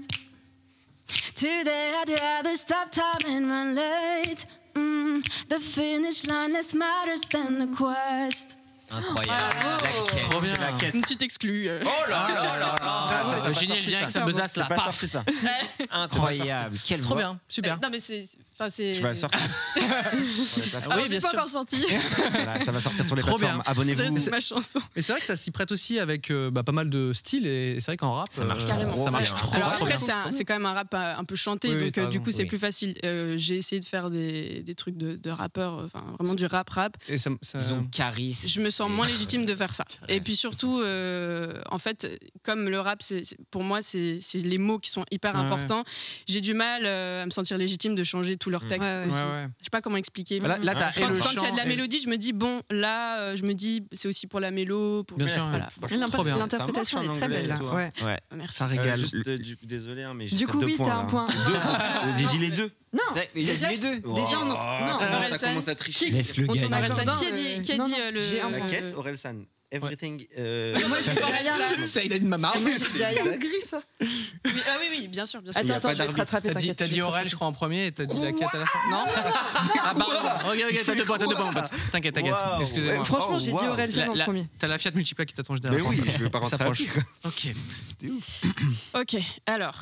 Today I'd rather stop time and run late. The finish line less matters than the quest. Incroyable. Trop bien. La quête. Une petite exclue. Oh là là là là. Eugénie, elle vient avec sa besace là. Paf, c'est ça. Incroyable. C'est trop bien, super. Non mais c'est. Tu vas le sortir. Alors, Oui, bien c'est pas sûr. encore sorti. Voilà, ça va sortir sur les Trop plateformes. bien. Abonnez-vous. C'est ma chanson. Mais c'est vrai que ça s'y prête aussi avec pas mal de styles et c'est vrai qu'en rap Ça marche carrément. ça marche bien. trop Alors trop après, bien. c'est quand même un rap un peu chanté, Oui, donc t'as du raison. coup c'est Oui. plus facile. J'ai essayé de faire des trucs de rappeur, enfin vraiment du rap. Et ça, Ils ont charisme. Je me sens moins légitime de faire ça. Et puis surtout, en fait, comme le rap, pour moi, c'est les mots qui sont hyper importants. J'ai du mal à me sentir légitime de changer tout leur texte aussi. Ouais. Je sais pas comment expliquer. Là, t'as Quand le il y a de la chant mélodie, je me dis bon, là, je me dis c'est aussi pour la mélo. Pour Bien sûr, voilà. Trop bien. L'interprétation Ça est marche très en belle là. anglais, Ouais. Ouais. Merci. Ça régale. Désolé, hein, mais Du coup, oui, t'as un point. J'ai dit les deux. Non, Il a dit les deux. déjà, non. Ça commence à tricher. Laisse-le gagner. Orelsan, Qui a dit le. j'ai un La point. quête, Orelsan. Everything. Moi, je suis Ça, il a une maman. C'est dinguerie, ça. Oui, bien sûr. Il y a Attends, pas je vais te d'arbitre. rattraper. T'as t'inquiète, dit je vais te Aurel, rattraper. je crois, en premier et t'as dit la quête à la fin. Non Ah, pardon. Ok, t'as 2 points, T'inquiète. Waouh. Excusez-moi. Franchement, j'ai dit wow. Orelsan en premier. T'as la Fiat Multipla qui t'attend juste derrière. Mais oui, je vais pas rentrer s'approche. rapide. Ok. C'était ouf. Ok, alors.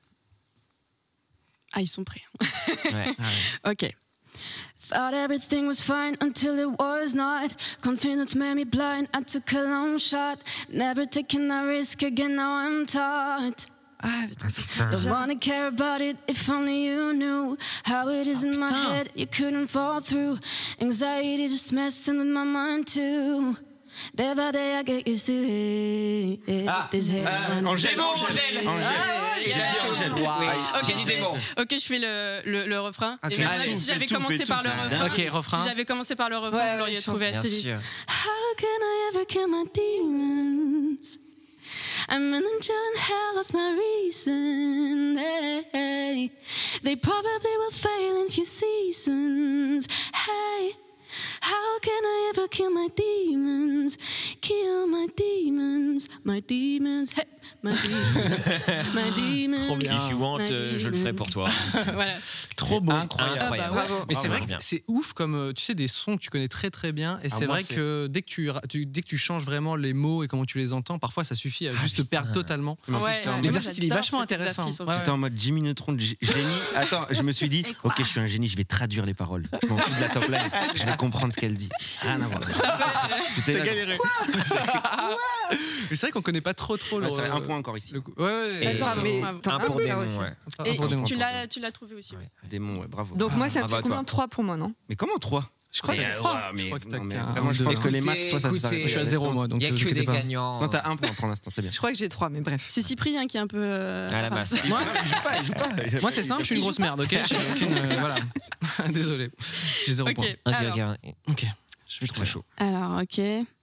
Ah, ils sont prêts. Ouais. Ok. Thought everything was fine until it was not. Confidence made me blind. I took a long shot. Never taking a risk again. Now I'm taught. Ah, putain, Don't wanna care about it if only you knew how it is in my head. You couldn't fall through. Anxiety just messing with my mind too. Day by day I get used to it. This hair's Angèle. J'ai dit Angèle. Ok, J'ai dit des mots. Ok, je fais le refrain. Ok. Et bien, Allez, si j'avais fais tout, commencé fais par tout, le ça. refrain, Ok, refrain. si j'avais commencé par le refrain, Ouais, vous l'auriez ouais, trouvé Bien assez vite. sûr. How can I ever kill my demons? I'm an angel in hell, that's my reason. Hey, they probably will fail in few seasons. Hey, how can I ever kill my demons? Kill my demons, my demons. Hey, my demons, my demons. Trop bien. If you want, je le ferai pour toi. Voilà. Trop beau. Incroyable. Ah bah, bravo. Mais c'est vrai que bien. c'est ouf comme tu sais des sons que tu connais très très bien et c'est moi, vrai c'est- que dès que tu changes vraiment les mots et comment tu les entends, parfois ça suffit à juste te perdre totalement. Mais en plus, Ouais, j'étais en ouais, mode- L'exercice, il est j'adore vachement cet intéressant. exercice, en Ouais, fait. J'étais en mode Jimmy Neutron, génie. Attends, je me suis dit, ok, je suis un génie, je vais traduire les paroles. Je m'en fous de la top line, je vais comprendre ce qu'elle dit. Rien à voir. J'étais T'as là, galéré. Mais c'est vrai qu'on connaît pas trop le. ouais, c'est un point encore ici. Ouais. Et Attends, mais bravo. t'en Un as pour un des là mots, aussi. ouais. Et Pour des mots. tu l'as trouvé aussi. Ouais. Démon, ouais, bravo. Donc moi, ça me Bravo à fait combien? toi. 3 pour moi, non? Mais comment 3? Je crois que j'ai 3. Mais, Je crois que t'as non, mais qu'un- vraiment, je un, pense deux. que les maths, toi, ça Écoutez, s'arrête. Je suis à 0 moi, donc Il n'y a que t'inquiète des pas. gagnants. Non, t'as un point pour l'instant, c'est bien. Je crois que j'ai 3, mais bref. C'est Cyprien qui est un peu. À la masse. Moi, Il joue pas. moi c'est simple, je suis une grosse merde, ok. J'ai aucune, voilà. Désolé, j'ai 0 point. Ok. Vas-y, Alors, regarde. Ok, je suis trop chaud. alors, ok.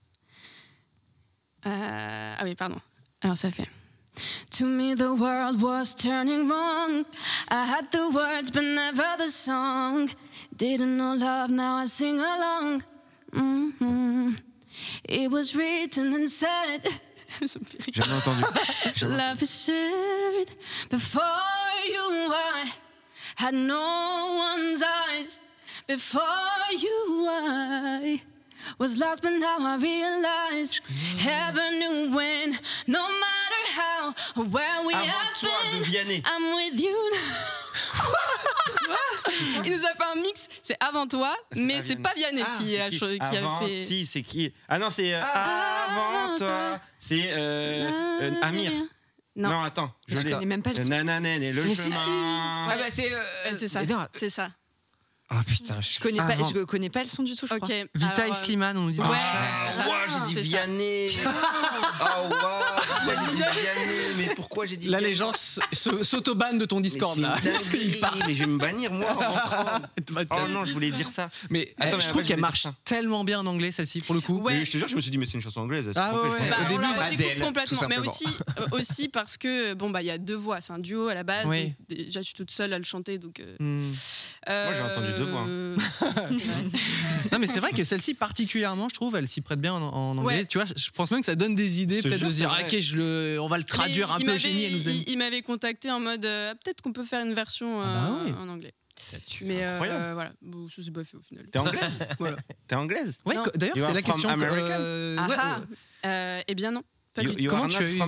Ah oui, pardon. Alors ça fait. To me the world was turning wrong. I had the words but never the song. Didn't know love, now I sing along. Mm-hmm. It was written and said. Ça me fait rire. Jamais entendu. Jamais. Love is shared before you. I had no one's eyes before you. I was lost, but now I realize heaven knew when. No matter how or where we Avant have toi, de been, Vianney. I'm with you now. Il nous a fait un mix. C'est avant toi, mais c'est pas Vianney qui a Avant, fait. si, c'est qui? Ah non, c'est avant toi. C'est Amir. Non, attends, je Je l'ai. connais même pas le son. Nananène et le Mais si, si. chemin. Ah bah c'est. C'est ça. mais non. C'est ça. Oh putain, Je connais pas le son du tout, je crois. Ok. Vita alors, et Slimane, on nous dit. Ouais. Ah, ouah, j'ai dit c'est ça. Vianney. Oh, waouh, j'ai dit Vianney. Mais pourquoi j'ai dit Là, Vianney? les gens s'auto-bannent de ton Discord, là. Mais c'est une dinguerie, mais je vais me bannir, moi, en rentrant. Oh non, je voulais dire ça. Mais Attends, mais je après, trouve je qu'elle vais marche dire ça. tellement bien en anglais, celle-ci, pour le coup. Ouais. Mais je te jure, je me suis dit, mais c'est une chanson anglaise. elle se Ah trompait, ouais, je ouais. pense. Au Bah, début, on la c'est redécouvre Adèle, complètement, tout mais simplement. aussi parce que bon bah il y a deux voix, c'est un duo à la base. Oui. Donc, déjà je suis toute seule à le chanter donc. Hmm. Moi, j'ai entendu deux voix, Non, mais c'est vrai que celle-ci, particulièrement, je trouve, elle s'y prête bien en anglais. Ouais. Tu vois, je pense même que ça donne des idées, Je te peut-être de jure, se dire, c'est ok, vrai. on va le traduire un il peu m'avait- génie, elle nous aime. Il m'avait contacté en mode peut-être qu'on peut faire une version Ah bah oui. en anglais. Ça tue. Mais voilà, bon, ça s'est pas fait au final. T'es anglaise? Voilà. T'es anglaise? Ouais, d'ailleurs, c'est la question. Eh bien non. Comment tu as eu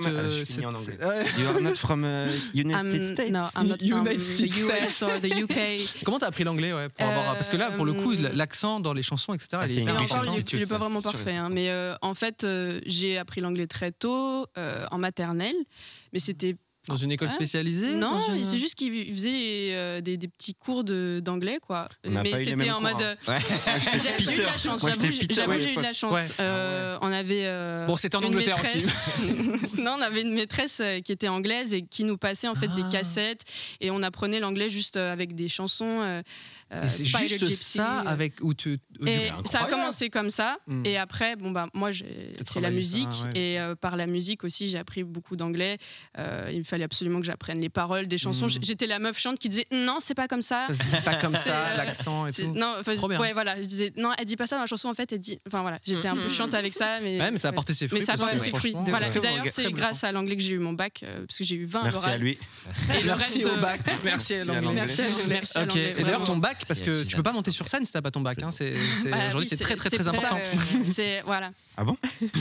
You are not from United States? No, I'm not from the US or the UK. Comment t'as appris l'anglais parce que là, pour le coup, l'accent dans les chansons, etc., il est hyper important. Il n'est pas vraiment parfait, hein, mais en fait, j'ai appris l'anglais très tôt, en maternelle, mais c'était... Dans une école spécialisée? Non, c'est juste qu'ils faisaient des petits cours d'anglais, quoi. Mais c'était en mode. J'ai eu de la chance, j'avoue, j'ai eu de la chance. On avait. Bon, c'était en Angleterre aussi. Non, on avait une maîtresse qui était anglaise et qui nous passait en fait des cassettes et on apprenait l'anglais juste avec des chansons. C'est juste Gypsy, ça avec où et ça a commencé comme ça et après moi c'est la musique et par la musique aussi j'ai appris beaucoup d'anglais. Il fallait absolument que j'apprenne les paroles des chansons. J'étais la meuf chiante qui disait non, c'est pas comme ça. Ça se dit pas comme ça, l'accent et tout. Non, ouais, voilà, je disais non, elle dit pas ça dans la chanson en fait, elle dit enfin voilà, j'étais un peu chiante avec ça mais ça a porté ses fruits. Mais ça a porté ses fruits. Voilà, d'ailleurs c'est grâce à l'anglais que j'ai eu mon bac parce que j'ai eu 20 à l'oral. Merci à lui. Et le reste au bac. Merci à l'anglais. Merci à l'anglais. Et d'ailleurs ton bac parce que tu peux pas monter sur scène si t'as pas ton bac. Aujourd'hui, c'est très très très important. C'est voilà. Ah bon?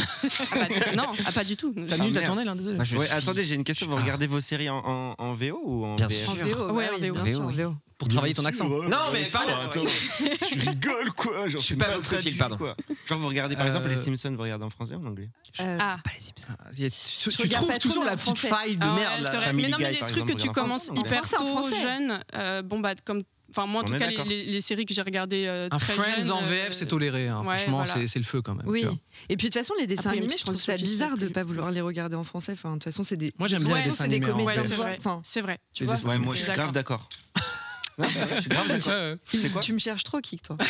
Non, pas du tout. T'as nul ta tournée là, désolé. Attendez, j'ai une question. Vous regardez vos séries en VO ou en VF? En VO, ouais, en VO. Pour travailler ton accent. Non, mais pardon. Tu rigoles quoi? Je suis pas voxophile, pardon. Genre vous regardez par exemple les Simpsons, vous regardez en français ou en anglais? Pas les Simpsons. Tu trouves toujours la petite faille de merde. Mais non, mais les trucs que tu commences hyper tôt, jeune. Bon bah comme. Enfin, moi, en tout cas, les séries que j'ai regardées très Friends jeune, en VF, c'est toléré. Franchement, c'est le feu quand même. Oui. Et puis de toute façon, les dessins animés, je trouve ça bizarre de ne pas vouloir les regarder en français. Enfin, de toute façon, c'est des. Moi, j'aime bien les dessins animés. C'est vrai. Tu vois. Ouais, moi, je suis grave d'accord. Non, c'est vrai, je suis grave d'accord. C'est quoi? Tu me cherches trop, Kik, toi.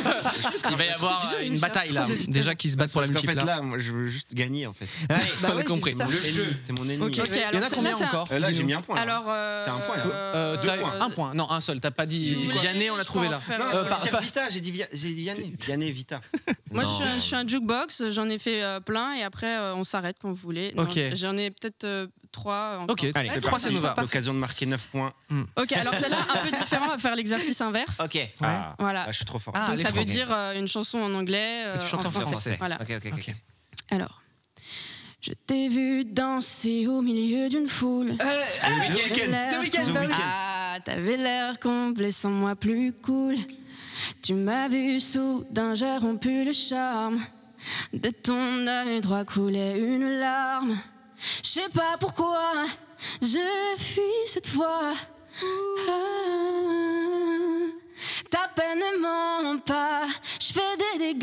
Il va y avoir une bataille là, déjà qui se battent pour la multiple. En fait, là, moi, je veux juste gagner en fait. On a compris. Le jeu, t'es mon ennemi. Il y en a combien encore? Là, j'ai mis un point. Alors, c'est un point là. 2 points. Un point. Non, un seul. T'as pas dit Vianney, on l'a trouvé là. Non, Vita, j'ai dit Vianney. Vianney, Vita. Moi, je suis un jukebox. J'en ai fait plein et après, on s'arrête quand vous voulez. J'en ai peut-être 3. Ok, allez, 3 ça nous va. L'occasion de marquer 9 points. Ok, alors celle-là, un peu différent, on va faire l'exercice inverse. Ok. Voilà. Je suis trop fort. Donc ça veut dire une chanson en anglais, en français. Voilà. Ok. Alors. Je t'ai vu danser au milieu d'une foule. The Weeknd. Ah, t'avais l'air complet sans moi plus cool. Tu m'as vu soudain, j'ai rompu le charme. De ton œil droit coulait une larme. Je sais pas pourquoi, je fuis cette fois. Ta peine ne ment pas, je fais des dégâts.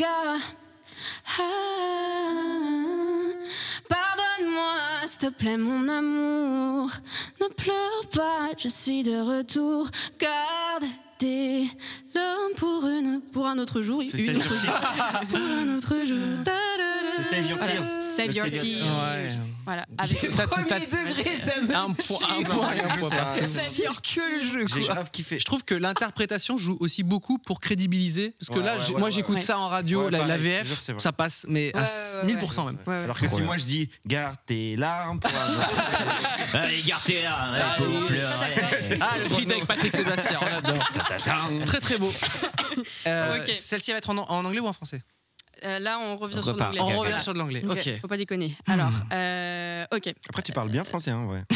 Pardonne-moi, s'il te plaît, mon amour. Ne pleure pas, je suis de retour. Garde tes larmes pour un autre jour. Pour un autre jour. C'est Save Your Tears. Save Your Tears. Ouais. Voilà. Avec le premier degré, ça me un point et un point par terre. Save Your que le jeu. J'ai grave kiffé. Je trouve que l'interprétation joue aussi beaucoup pour crédibiliser. Parce que là, moi, j'écoute ça en radio, la VF, ça passe, mais à 1000% même. Alors que si moi je dis garde tes larmes pour un jour. Allez, garde tes larmes. Le feat avec Patrick Sébastien, on adore. Très très beau. Celle-ci va être en anglais ou en français? Là, on revient sur l'anglais. On revient sur l'anglais. Ok. Faut pas déconner. Alors, ok. Après, tu parles bien français, hein, ouais.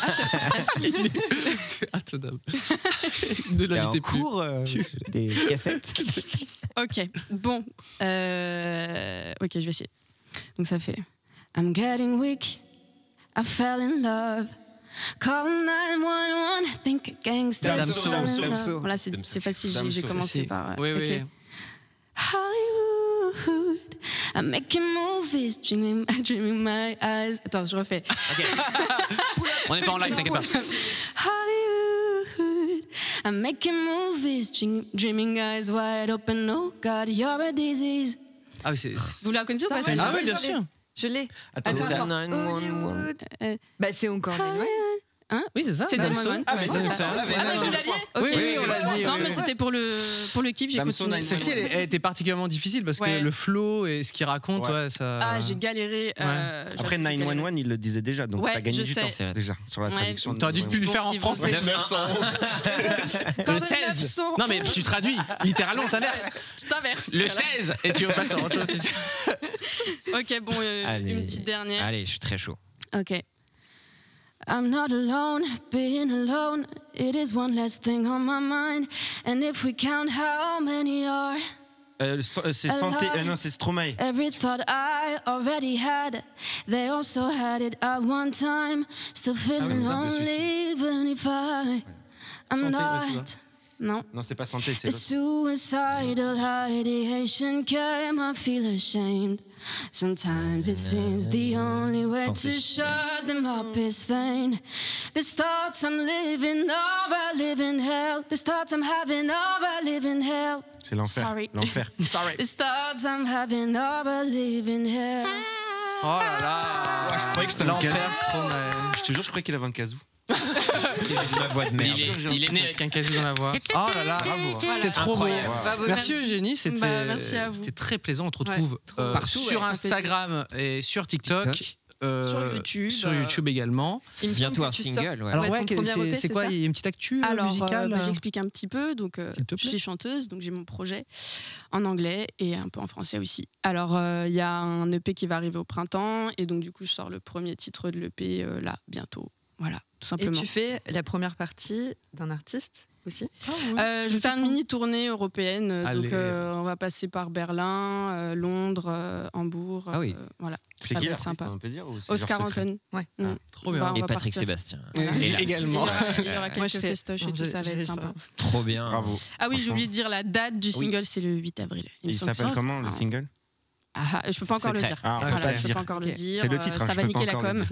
Intenable. Ne l'invitez plus. Des cassettes. Ok. Bon. Ok, je vais essayer. Donc ça fait. I'm getting weak. I fell in love. Call 911. I think a gangster. Voilà, c'est facile. J'ai commencé par. Oui. Hollywood, I'm making movies, dreaming my eyes. Attends, je refais. Ok. On n'est pas en live, t'inquiète pas. Hollywood, I'm making movies, dreaming eyes wide open. Oh God, you're a disease. Ah oui, c'est. Vous la connaissez ou pas? Ah oui, bien sûr. Je l'ai. Attends. Bah, c'est encore. Hein oui, c'est ça. C'est Damso. Ah, mais c'est ça. Vous l'aviez Oui, on l'a dit. Non, mais c'était pour le kiff, j'ai continué. Celle-ci, elle était particulièrement difficile parce que le flow et ce qu'il raconte, ça. Ah, j'ai galéré. Après 911, il le disait déjà, donc t'as gagné du temps déjà sur la traduction. T'aurais dû plus le faire en français. 911. Le 16. Non, mais tu traduis littéralement, t'inverses. Tu t'inverses. Le 16 et tu repasses sur autre chose. Ok, bon, une petite dernière. Allez, je suis très chaud. Ok. I'm not alone, being alone. It is one less thing on my mind. And if we count how many are. C'est santé, non, c'est Stromae. Every thought I already had, they also had it at one time. Still feeling lonely, even if I'm not. Non. Non, c'est pas santé, c'est l'autre. Suicidal ideation came, I feel ashamed. Sometimes it seems the only way to shut them up is vain. This thoughts I'm living, or I live in hell. This thoughts I'm having, or I live in hell. C'est l'enfer. Sorry. L'enfer. Sorry. This thoughts I'm having, or I live in hell. Oh là là. Ouais, je croyais que c'était l'enfer, Je te jure, je croyais qu'il avait un kazoo. C'est juste ma voix de merde. Il est né avec un kazoo dans la voix. Oh là là, bravo. C'était trop beau. Merci Eugénie, c'était très plaisant. On te retrouve sur Instagram et sur TikTok. Sur YouTube également. Bientôt un single. Ouais. Alors c'est quoi? Il y a une petite actu musicale. J'explique un petit peu. Donc je suis chanteuse, donc j'ai mon projet en anglais et un peu en français aussi. Alors il y a un EP qui va arriver au printemps et donc du coup je sors le premier titre de l'EP là bientôt. Voilà, tout simplement. Et tu fais la première partie d'un artiste aussi? Je vais faire une mini tournée européenne. Donc on va passer par Berlin, Londres, Hambourg. Ah oui. Voilà. C'est ça qui va être sympa. On peut dire, ou c'est Oscar Anton. Ouais. Trop bien. Et Patrick Sébastien. Également. Il y aura quelques festoches et tout, ça va être sympa. Trop bien. Bravo. Ah oui, j'ai oublié de dire la date du single, c'est le 8 avril. Il s'appelle comment le single? Je peux pas encore le dire. Je peux pas encore le dire. C'est le titre. Ça va niquer la com.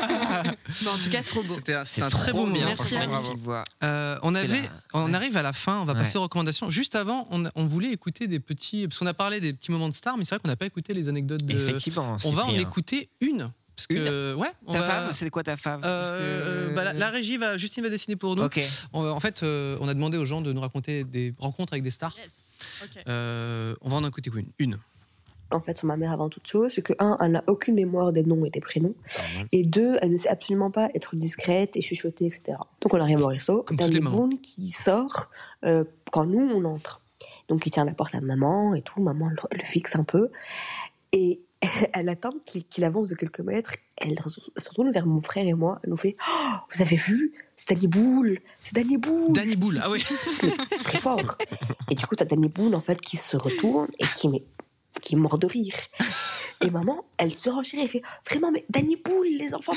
En tout cas, trop beau. C'était un très beau moment. Merci. Magnifique voix. On arrive à la fin. On va passer aux recommandations. Juste avant, on voulait écouter des petits, parce qu'on a parlé des petits moments de stars, mais c'est vrai qu'on n'a pas écouté les anecdotes. Effectivement. On va en écouter une. Parce que ta fave, c'est quoi ta fave? La régie Justine va dessiner pour nous. Okay. En fait, on a demandé aux gens de nous raconter des rencontres avec des stars. Yes. Okay. On va en écouter une. En fait, sur ma mère avant toute chose, c'est que elle n'a aucune mémoire des noms et des prénoms, et 2, elle ne sait absolument pas être discrète et chuchoter, etc. Donc on arrive au resto, t'as le boune qui sort quand nous on entre. Donc il tient la porte à maman et tout, maman elle le fixe un peu, et elle attend qu'il avance de quelques mètres, elle se retourne vers mon frère et moi, elle nous fait « Oh, vous avez vu, c'est Danny Boone !» Danny Boone, ah oui. Très fort. Et du coup t'as Danny Boone en fait qui se retourne et qui est mort de rire. Et maman, elle se renchérit, elle fait vraiment, mais Danny Boone, les enfants.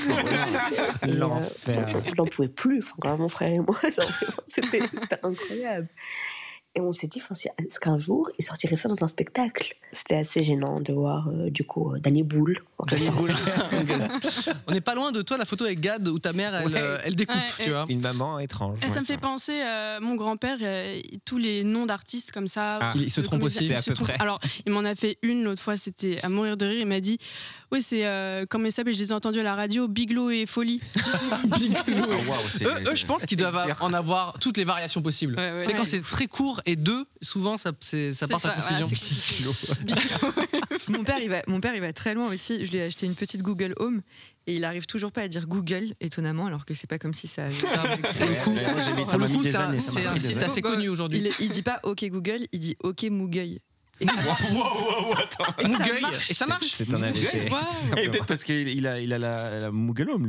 Je n'en pouvais plus, mon frère et moi, c'était incroyable. Et on s'est dit, est-ce qu'un jour, il sortirait ça dans un spectacle? C'était assez gênant de voir, du coup, Danny Boone. On n'est pas loin de toi, la photo avec Gad, où ta mère, elle découpe, tu vois. Une maman étrange. Ça me fait penser, mon grand-père, tous les noms d'artistes comme ça. Il se trompe aussi, c'est à peu près. Alors, il m'en a fait une l'autre fois, c'était à mourir de rire. Il m'a dit, oui, c'est, comment il s'appelle, je les ai entendus à la radio, Biglo et Folie. Biglo. Eux, je pense qu'ils doivent en avoir toutes les variations possibles. Tu sais, quand c'est très court, et 2, souvent ça part à confusion. Mon père, il va très loin aussi. Je lui ai acheté une petite Google Home et il arrive toujours pas à dire Google, étonnamment, alors que c'est pas comme si ça avait Pour le coup, c'est un site assez connu aujourd'hui. Il dit pas OK Google, il dit OK Mougeuil. Attends. Mougeuil, et ça marche. C'est un AVC. Et peut-être parce qu'il a la Mougolome.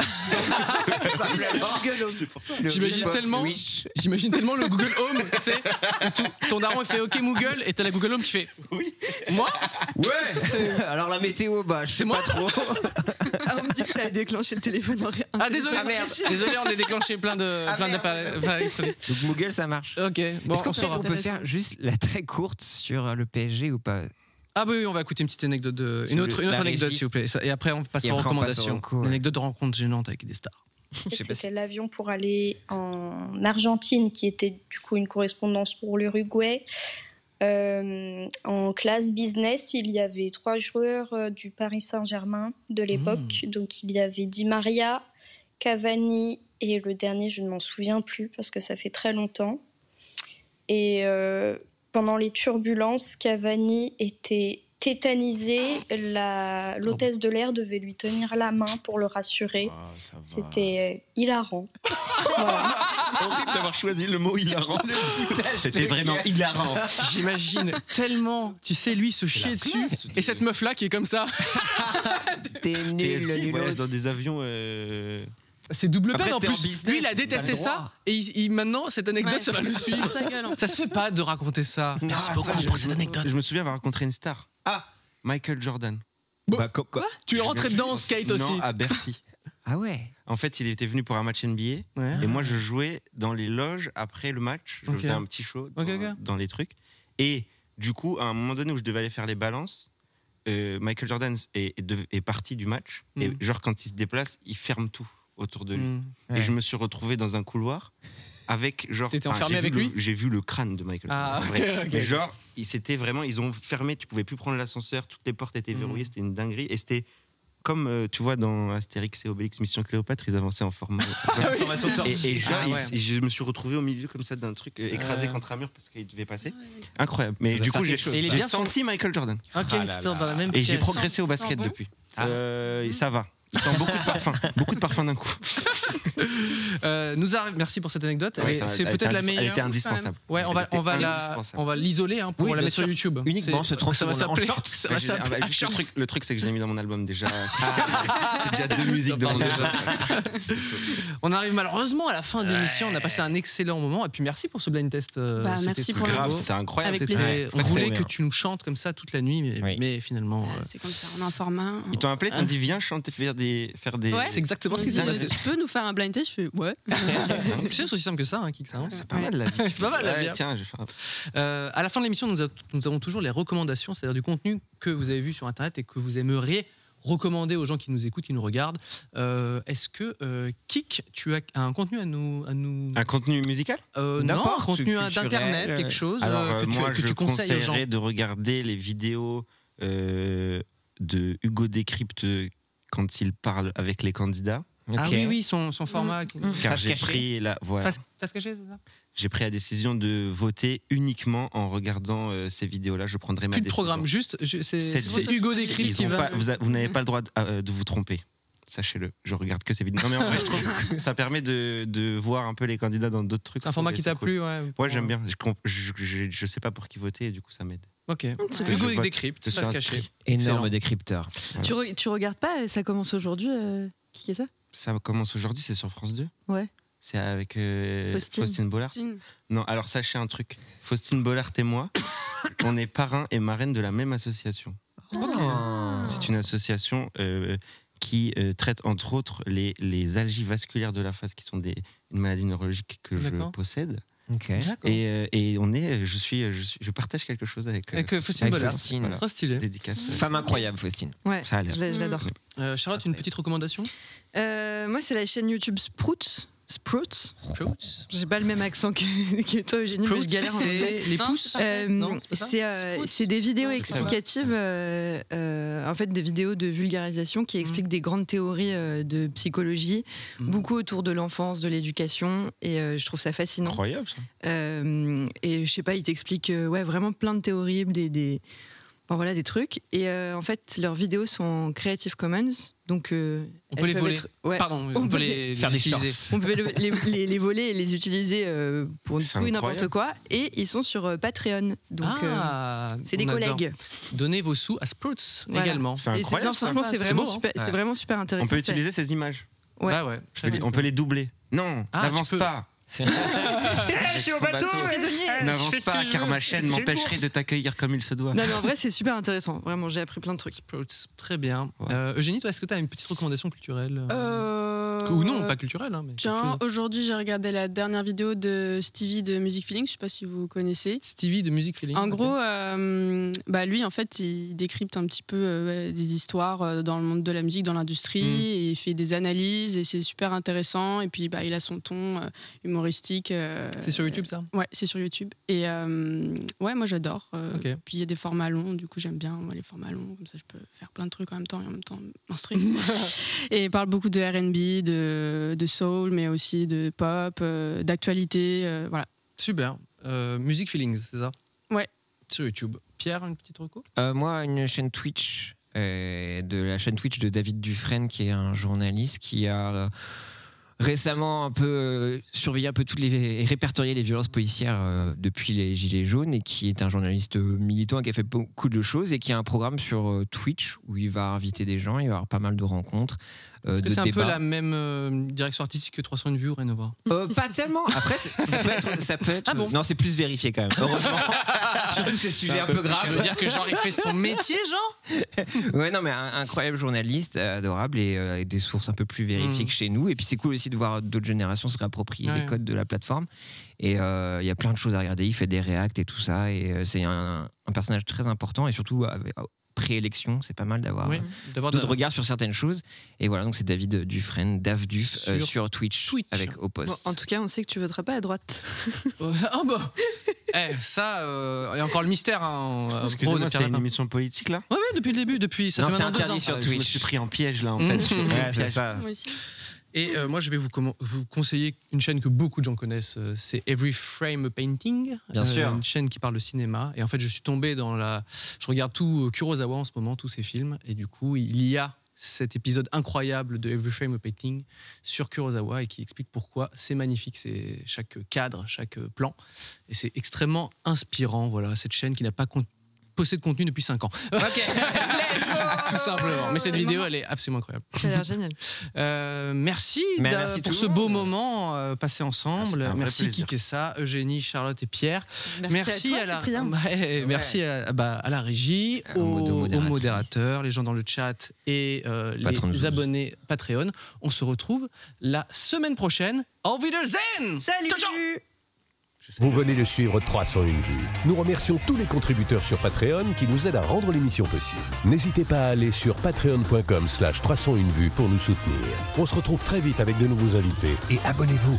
C'est pour ça. J'imagine tellement le Google Home, tu sais, ton daron il fait OK Google et t'as la Google Home qui fait oui. Moi? Ouais. Alors la météo, je sais pas trop. On me dit que ça a déclenché le téléphone en rien. Ah désolé, merde. Désolé, on a déclenché plein d'appareils. Donc Google ça marche. Ok. Bon, est-ce qu'on peut faire juste la très courte sur le PSG ou pas? Ah bah oui, on va écouter une petite anecdote une autre anecdote s'il vous plaît. Et après on passe aux recommandations. Une anecdote de rencontre gênante avec des stars. C'était l'avion pour aller en Argentine qui était du coup une correspondance pour l'Uruguay. En classe business, il y avait 3 joueurs du Paris Saint-Germain de l'époque. Donc il y avait Di Maria, Cavani et le dernier, je ne m'en souviens plus parce que ça fait très longtemps. Et pendant les turbulences, Cavani était tétanisé. L'hôtesse de l'air devait lui tenir la main pour le rassurer. C'était hilarant. Voilà. Horrible d'avoir choisi le mot hilarant. C'était vraiment hilarant. J'imagine tellement, tu sais, lui se chier dessus et cette meuf-là qui est comme ça. T'es nul, le voyage dans des avions. C'est double peine en plus. Lui, il a détesté ça et maintenant, cette anecdote, ça va le suivre. Ça se fait pas de raconter ça. Merci beaucoup pour cette anecdote. Je me souviens avoir rencontré une star. Ah, Michael Jordan. Quoi ? Tu es rentré dedans, skate aussi. Non, à Bercy. Ah ouais. En fait, il était venu pour un match NBA et moi, je jouais dans les loges après le match. Je faisais un petit show dans les trucs. Et du coup, à un moment donné où je devais aller faire les balances, Michael Jordan est parti du match. Et genre, quand il se déplace, il ferme tout autour de lui. Et je me suis retrouvé dans un couloir avec genre. T'étais enfermé avec lui ? J'ai vu le crâne de Michael Jordan. Okay. Mais genre, ils ont fermé, tu pouvais plus prendre l'ascenseur, toutes les portes étaient verrouillées, c'était une dinguerie. Et c'était comme tu vois dans Astérix et Obélix Mission Cléopâtre, ils avançaient en format. et genre, je me suis retrouvé au milieu comme ça d'un truc écrasé contre un mur parce qu'il devait passer. Incroyable. Mais du coup, j'ai senti Michael Jordan. Dans la même et j'ai progressé au basket depuis. Ça va. Il sent beaucoup de parfums d'un coup. Merci pour cette anecdote. C'est peut-être la meilleure. Elle était indispensable. Ouais, on va l'isoler pour la mettre sur YouTube. Uniquement ce truc, ça va s'appeler. Le truc, c'est que je l'ai mis dans mon album déjà. C'est déjà 2 musiques devant déjà. On arrive malheureusement à la fin de l'émission. On a passé un excellent moment. Et puis merci pour ce blind test. Merci pour grave, c'est incroyable. On voulait que tu nous chantes comme ça toute la nuit, mais finalement. C'est comme ça. On a un format. Ils t'ont appelé, t'ont dit viens chanter, faire des. Ouais, c'est exactement ce qui s'est passé. Tu peux nous faire un blind test ? Je fais ouais. Tu sais, c'est aussi simple que ça, Kix. C'est pas mal la vie. C'est pas mal la vie. Tiens, je vais faire. À la fin de l'émission, nous avons toujours les recommandations, c'est-à-dire du contenu que vous avez vu sur Internet et que vous aimeriez recommander aux gens qui nous écoutent, qui nous regardent. Est-ce que Kik, tu as un contenu à nous... Un contenu musical Non, un contenu d'Internet, quelque chose que tu conseilles aux gens. Je conseillerais de regarder les vidéos de Hugo Décrypte quand il parle avec les candidats. Ah oui, son format. Car j'ai pris Face cachée, c'est ça ? J'ai pris la décision de voter uniquement en regardant ces vidéos-là. Je prendrai ma décision. Plus de programme, juste. C'est Hugo Décrypte qui va. Vous n'avez pas le droit de vous tromper. Sachez-le, je regarde que ces vidéos. Non mais en vrai, je trouve que ça permet de voir un peu les candidats dans d'autres trucs. C'est un format qui t'a plu, ouais. Ouais, j'aime bien. Je sais pas pour qui voter et du coup ça m'aide. Ok. Hugo Décrypte, face cachée. Énorme décrypteur. Ouais. Tu regardes pas, ça commence aujourd'hui, qui est ça ? Ça commence aujourd'hui, c'est sur France 2. Ouais. C'est avec Faustine Bollard. Non, alors sachez un truc. Faustine Bollard et moi, on est parrain et marraine de la même association. C'est une association qui traite entre autres les algies vasculaires de la face, qui sont une maladie neurologique que je possède. Okay. Et je partage quelque chose avec Faustine Bollard. Trop stylé. Dédicace. Femme incroyable, Faustine. Ouais, ça a l'air. Je l'adore. Charlotte, une petite recommandation ? Moi, c'est la chaîne YouTube Sprouts. J'ai pas le même accent que toi, Eugénie, mais je galère en anglais. Les pouces c'est des vidéos explicatives, en fait, des vidéos de vulgarisation qui expliquent des grandes théories de psychologie, beaucoup autour de l'enfance, de l'éducation, et je trouve ça fascinant. Incroyable ça. Et je sais pas, ils t'expliquent vraiment plein de théories, des trucs. Et en fait, leurs vidéos sont en Creative Commons, donc on peut les voler. Pardon, on peut les faire utiliser. On peut les voler et les utiliser pour tout et n'importe quoi. Et ils sont sur Patreon, donc c'est des collègues. Donnez vos sous à Sprouts également. C'est incroyable. Non, franchement, c'est vraiment super intéressant. On peut utiliser ces images. Ouais. On peut les doubler. Non, n'avance pas. Je suis au bateau, n'avance pas, car ma chaîne m'empêcherait de t'accueillir comme il se doit. Non, mais en vrai, c'est super intéressant. Vraiment, j'ai appris plein de trucs. Très bien. Eugénie, toi, est-ce que tu as une petite recommandation culturelle Ou non, pas culturelle. Mais tiens, aujourd'hui, j'ai regardé la dernière vidéo de Stevie de Music Feeling. Je sais pas si vous connaissez. Stevie de Music Feeling. En gros, lui, en fait, il décrypte un petit peu des histoires dans le monde de la musique, dans l'industrie, et il fait des analyses, et c'est super intéressant. Et puis, il a son ton humoristique. C'est sur sur YouTube, ça ? Ouais, c'est sur YouTube. Et ouais, moi j'adore. Puis il y a des formats longs, du coup j'aime bien les formats longs, comme ça je peux faire plein de trucs en même temps et en même temps m'instruire. Et il parle beaucoup de R&B, de soul, mais aussi de pop, d'actualité, voilà. Super. Music Feelings, c'est ça ? Ouais. Sur YouTube. Pierre, une petite reco ? Moi, une chaîne Twitch, de la chaîne Twitch de David Dufresne, qui est un journaliste qui a récemment un peu surveillé un peu toutes et répertorié les violences policières depuis les Gilets jaunes, et qui est un journaliste militant qui a fait beaucoup de choses et qui a un programme sur Twitch où il va inviter des gens, il va y avoir pas mal de rencontres. Est-ce que c'est un peu la même direction artistique que 301 vues ou rien à voir ? Pas tellement. Après, ça peut être. Ah bon ? Non, c'est plus vérifié quand même. Heureusement. Surtout ces sujets un peu graves. Je veux dire que genre il fait son métier, genre. Ouais, non, mais un incroyable journaliste, adorable, et avec des sources un peu plus vérifiées que chez nous. Et puis c'est cool aussi de voir d'autres générations se réapproprier les codes de la plateforme. Et il y a plein de choses à regarder. Il fait des reacts et tout ça. Et c'est un personnage très important, et surtout pré-élection, c'est pas mal d'avoir d'autres regards sur certaines choses. Et voilà, donc c'est David Dufresne, Davduf, sur Twitch avec Opos. Bon, en tout cas, on sait que tu voteras pas à droite. Ah bah ça, il y a encore le mystère. Excusez-moi, c'est une émission politique là ? Ouais, depuis le début. Ça fait maintenant 2 ans. Sur Twitch. Je me suis pris en piège là, en fait. C'est ça. Moi aussi. Et moi, je vais vous conseiller une chaîne que beaucoup de gens connaissent, c'est Every Frame a Painting. Bien sûr. Une chaîne qui parle de cinéma. Et en fait, je suis tombé je regarde tout Kurosawa en ce moment, tous ses films. Et du coup, il y a cet épisode incroyable de Every Frame a Painting sur Kurosawa et qui explique pourquoi c'est magnifique, c'est chaque cadre, chaque plan. Et c'est extrêmement inspirant, voilà, cette chaîne qui n'a pas possède contenu depuis 5 ans. Ok, let's go. Tout simplement. Mais cette vidéo, elle est absolument incroyable. Ça a l'air génial. Merci pour ce beau moment passé ensemble. Merci Kikessa, Eugénie, Charlotte et Pierre. Merci à toi, merci à la régie, aux modérateurs, les gens dans le chat et les abonnés Patreon. On se retrouve la semaine prochaine. Auf Wiedersehen. Salut. Ciao, ciao. Vous venez de suivre 301 vues. Nous remercions tous les contributeurs sur Patreon qui nous aident à rendre l'émission possible. N'hésitez pas à aller sur patreon.com/301 vues pour nous soutenir. On se retrouve très vite avec de nouveaux invités et abonnez-vous.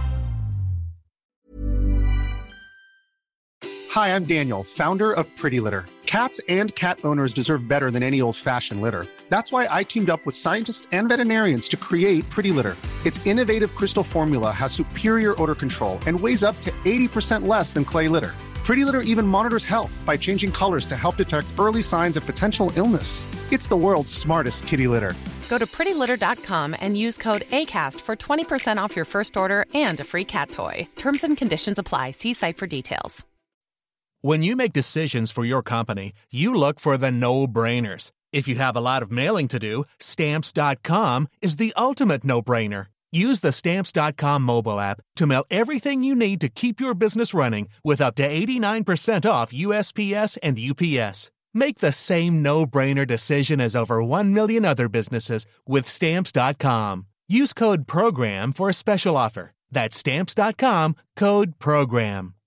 Hi, I'm Daniel, founder of Pretty Litter. Cats and cat owners deserve better than any old-fashioned litter. That's why I teamed up with scientists and veterinarians to create Pretty Litter. Its innovative crystal formula has superior odor control and weighs up to 80% less than clay litter. Pretty Litter even monitors health by changing colors to help detect early signs of potential illness. It's the world's smartest kitty litter. Go to prettylitter.com and use code ACAST for 20% off your first order and a free cat toy. Terms and conditions apply. See site for details. When you make decisions for your company, you look for the no-brainers. If you have a lot of mailing to do, Stamps.com is the ultimate no-brainer. Use the Stamps.com mobile app to mail everything you need to keep your business running with up to 89% off USPS and UPS. Make the same no-brainer decision as over 1 million other businesses with Stamps.com. Use code PROGRAM for a special offer. That's Stamps.com, code PROGRAM.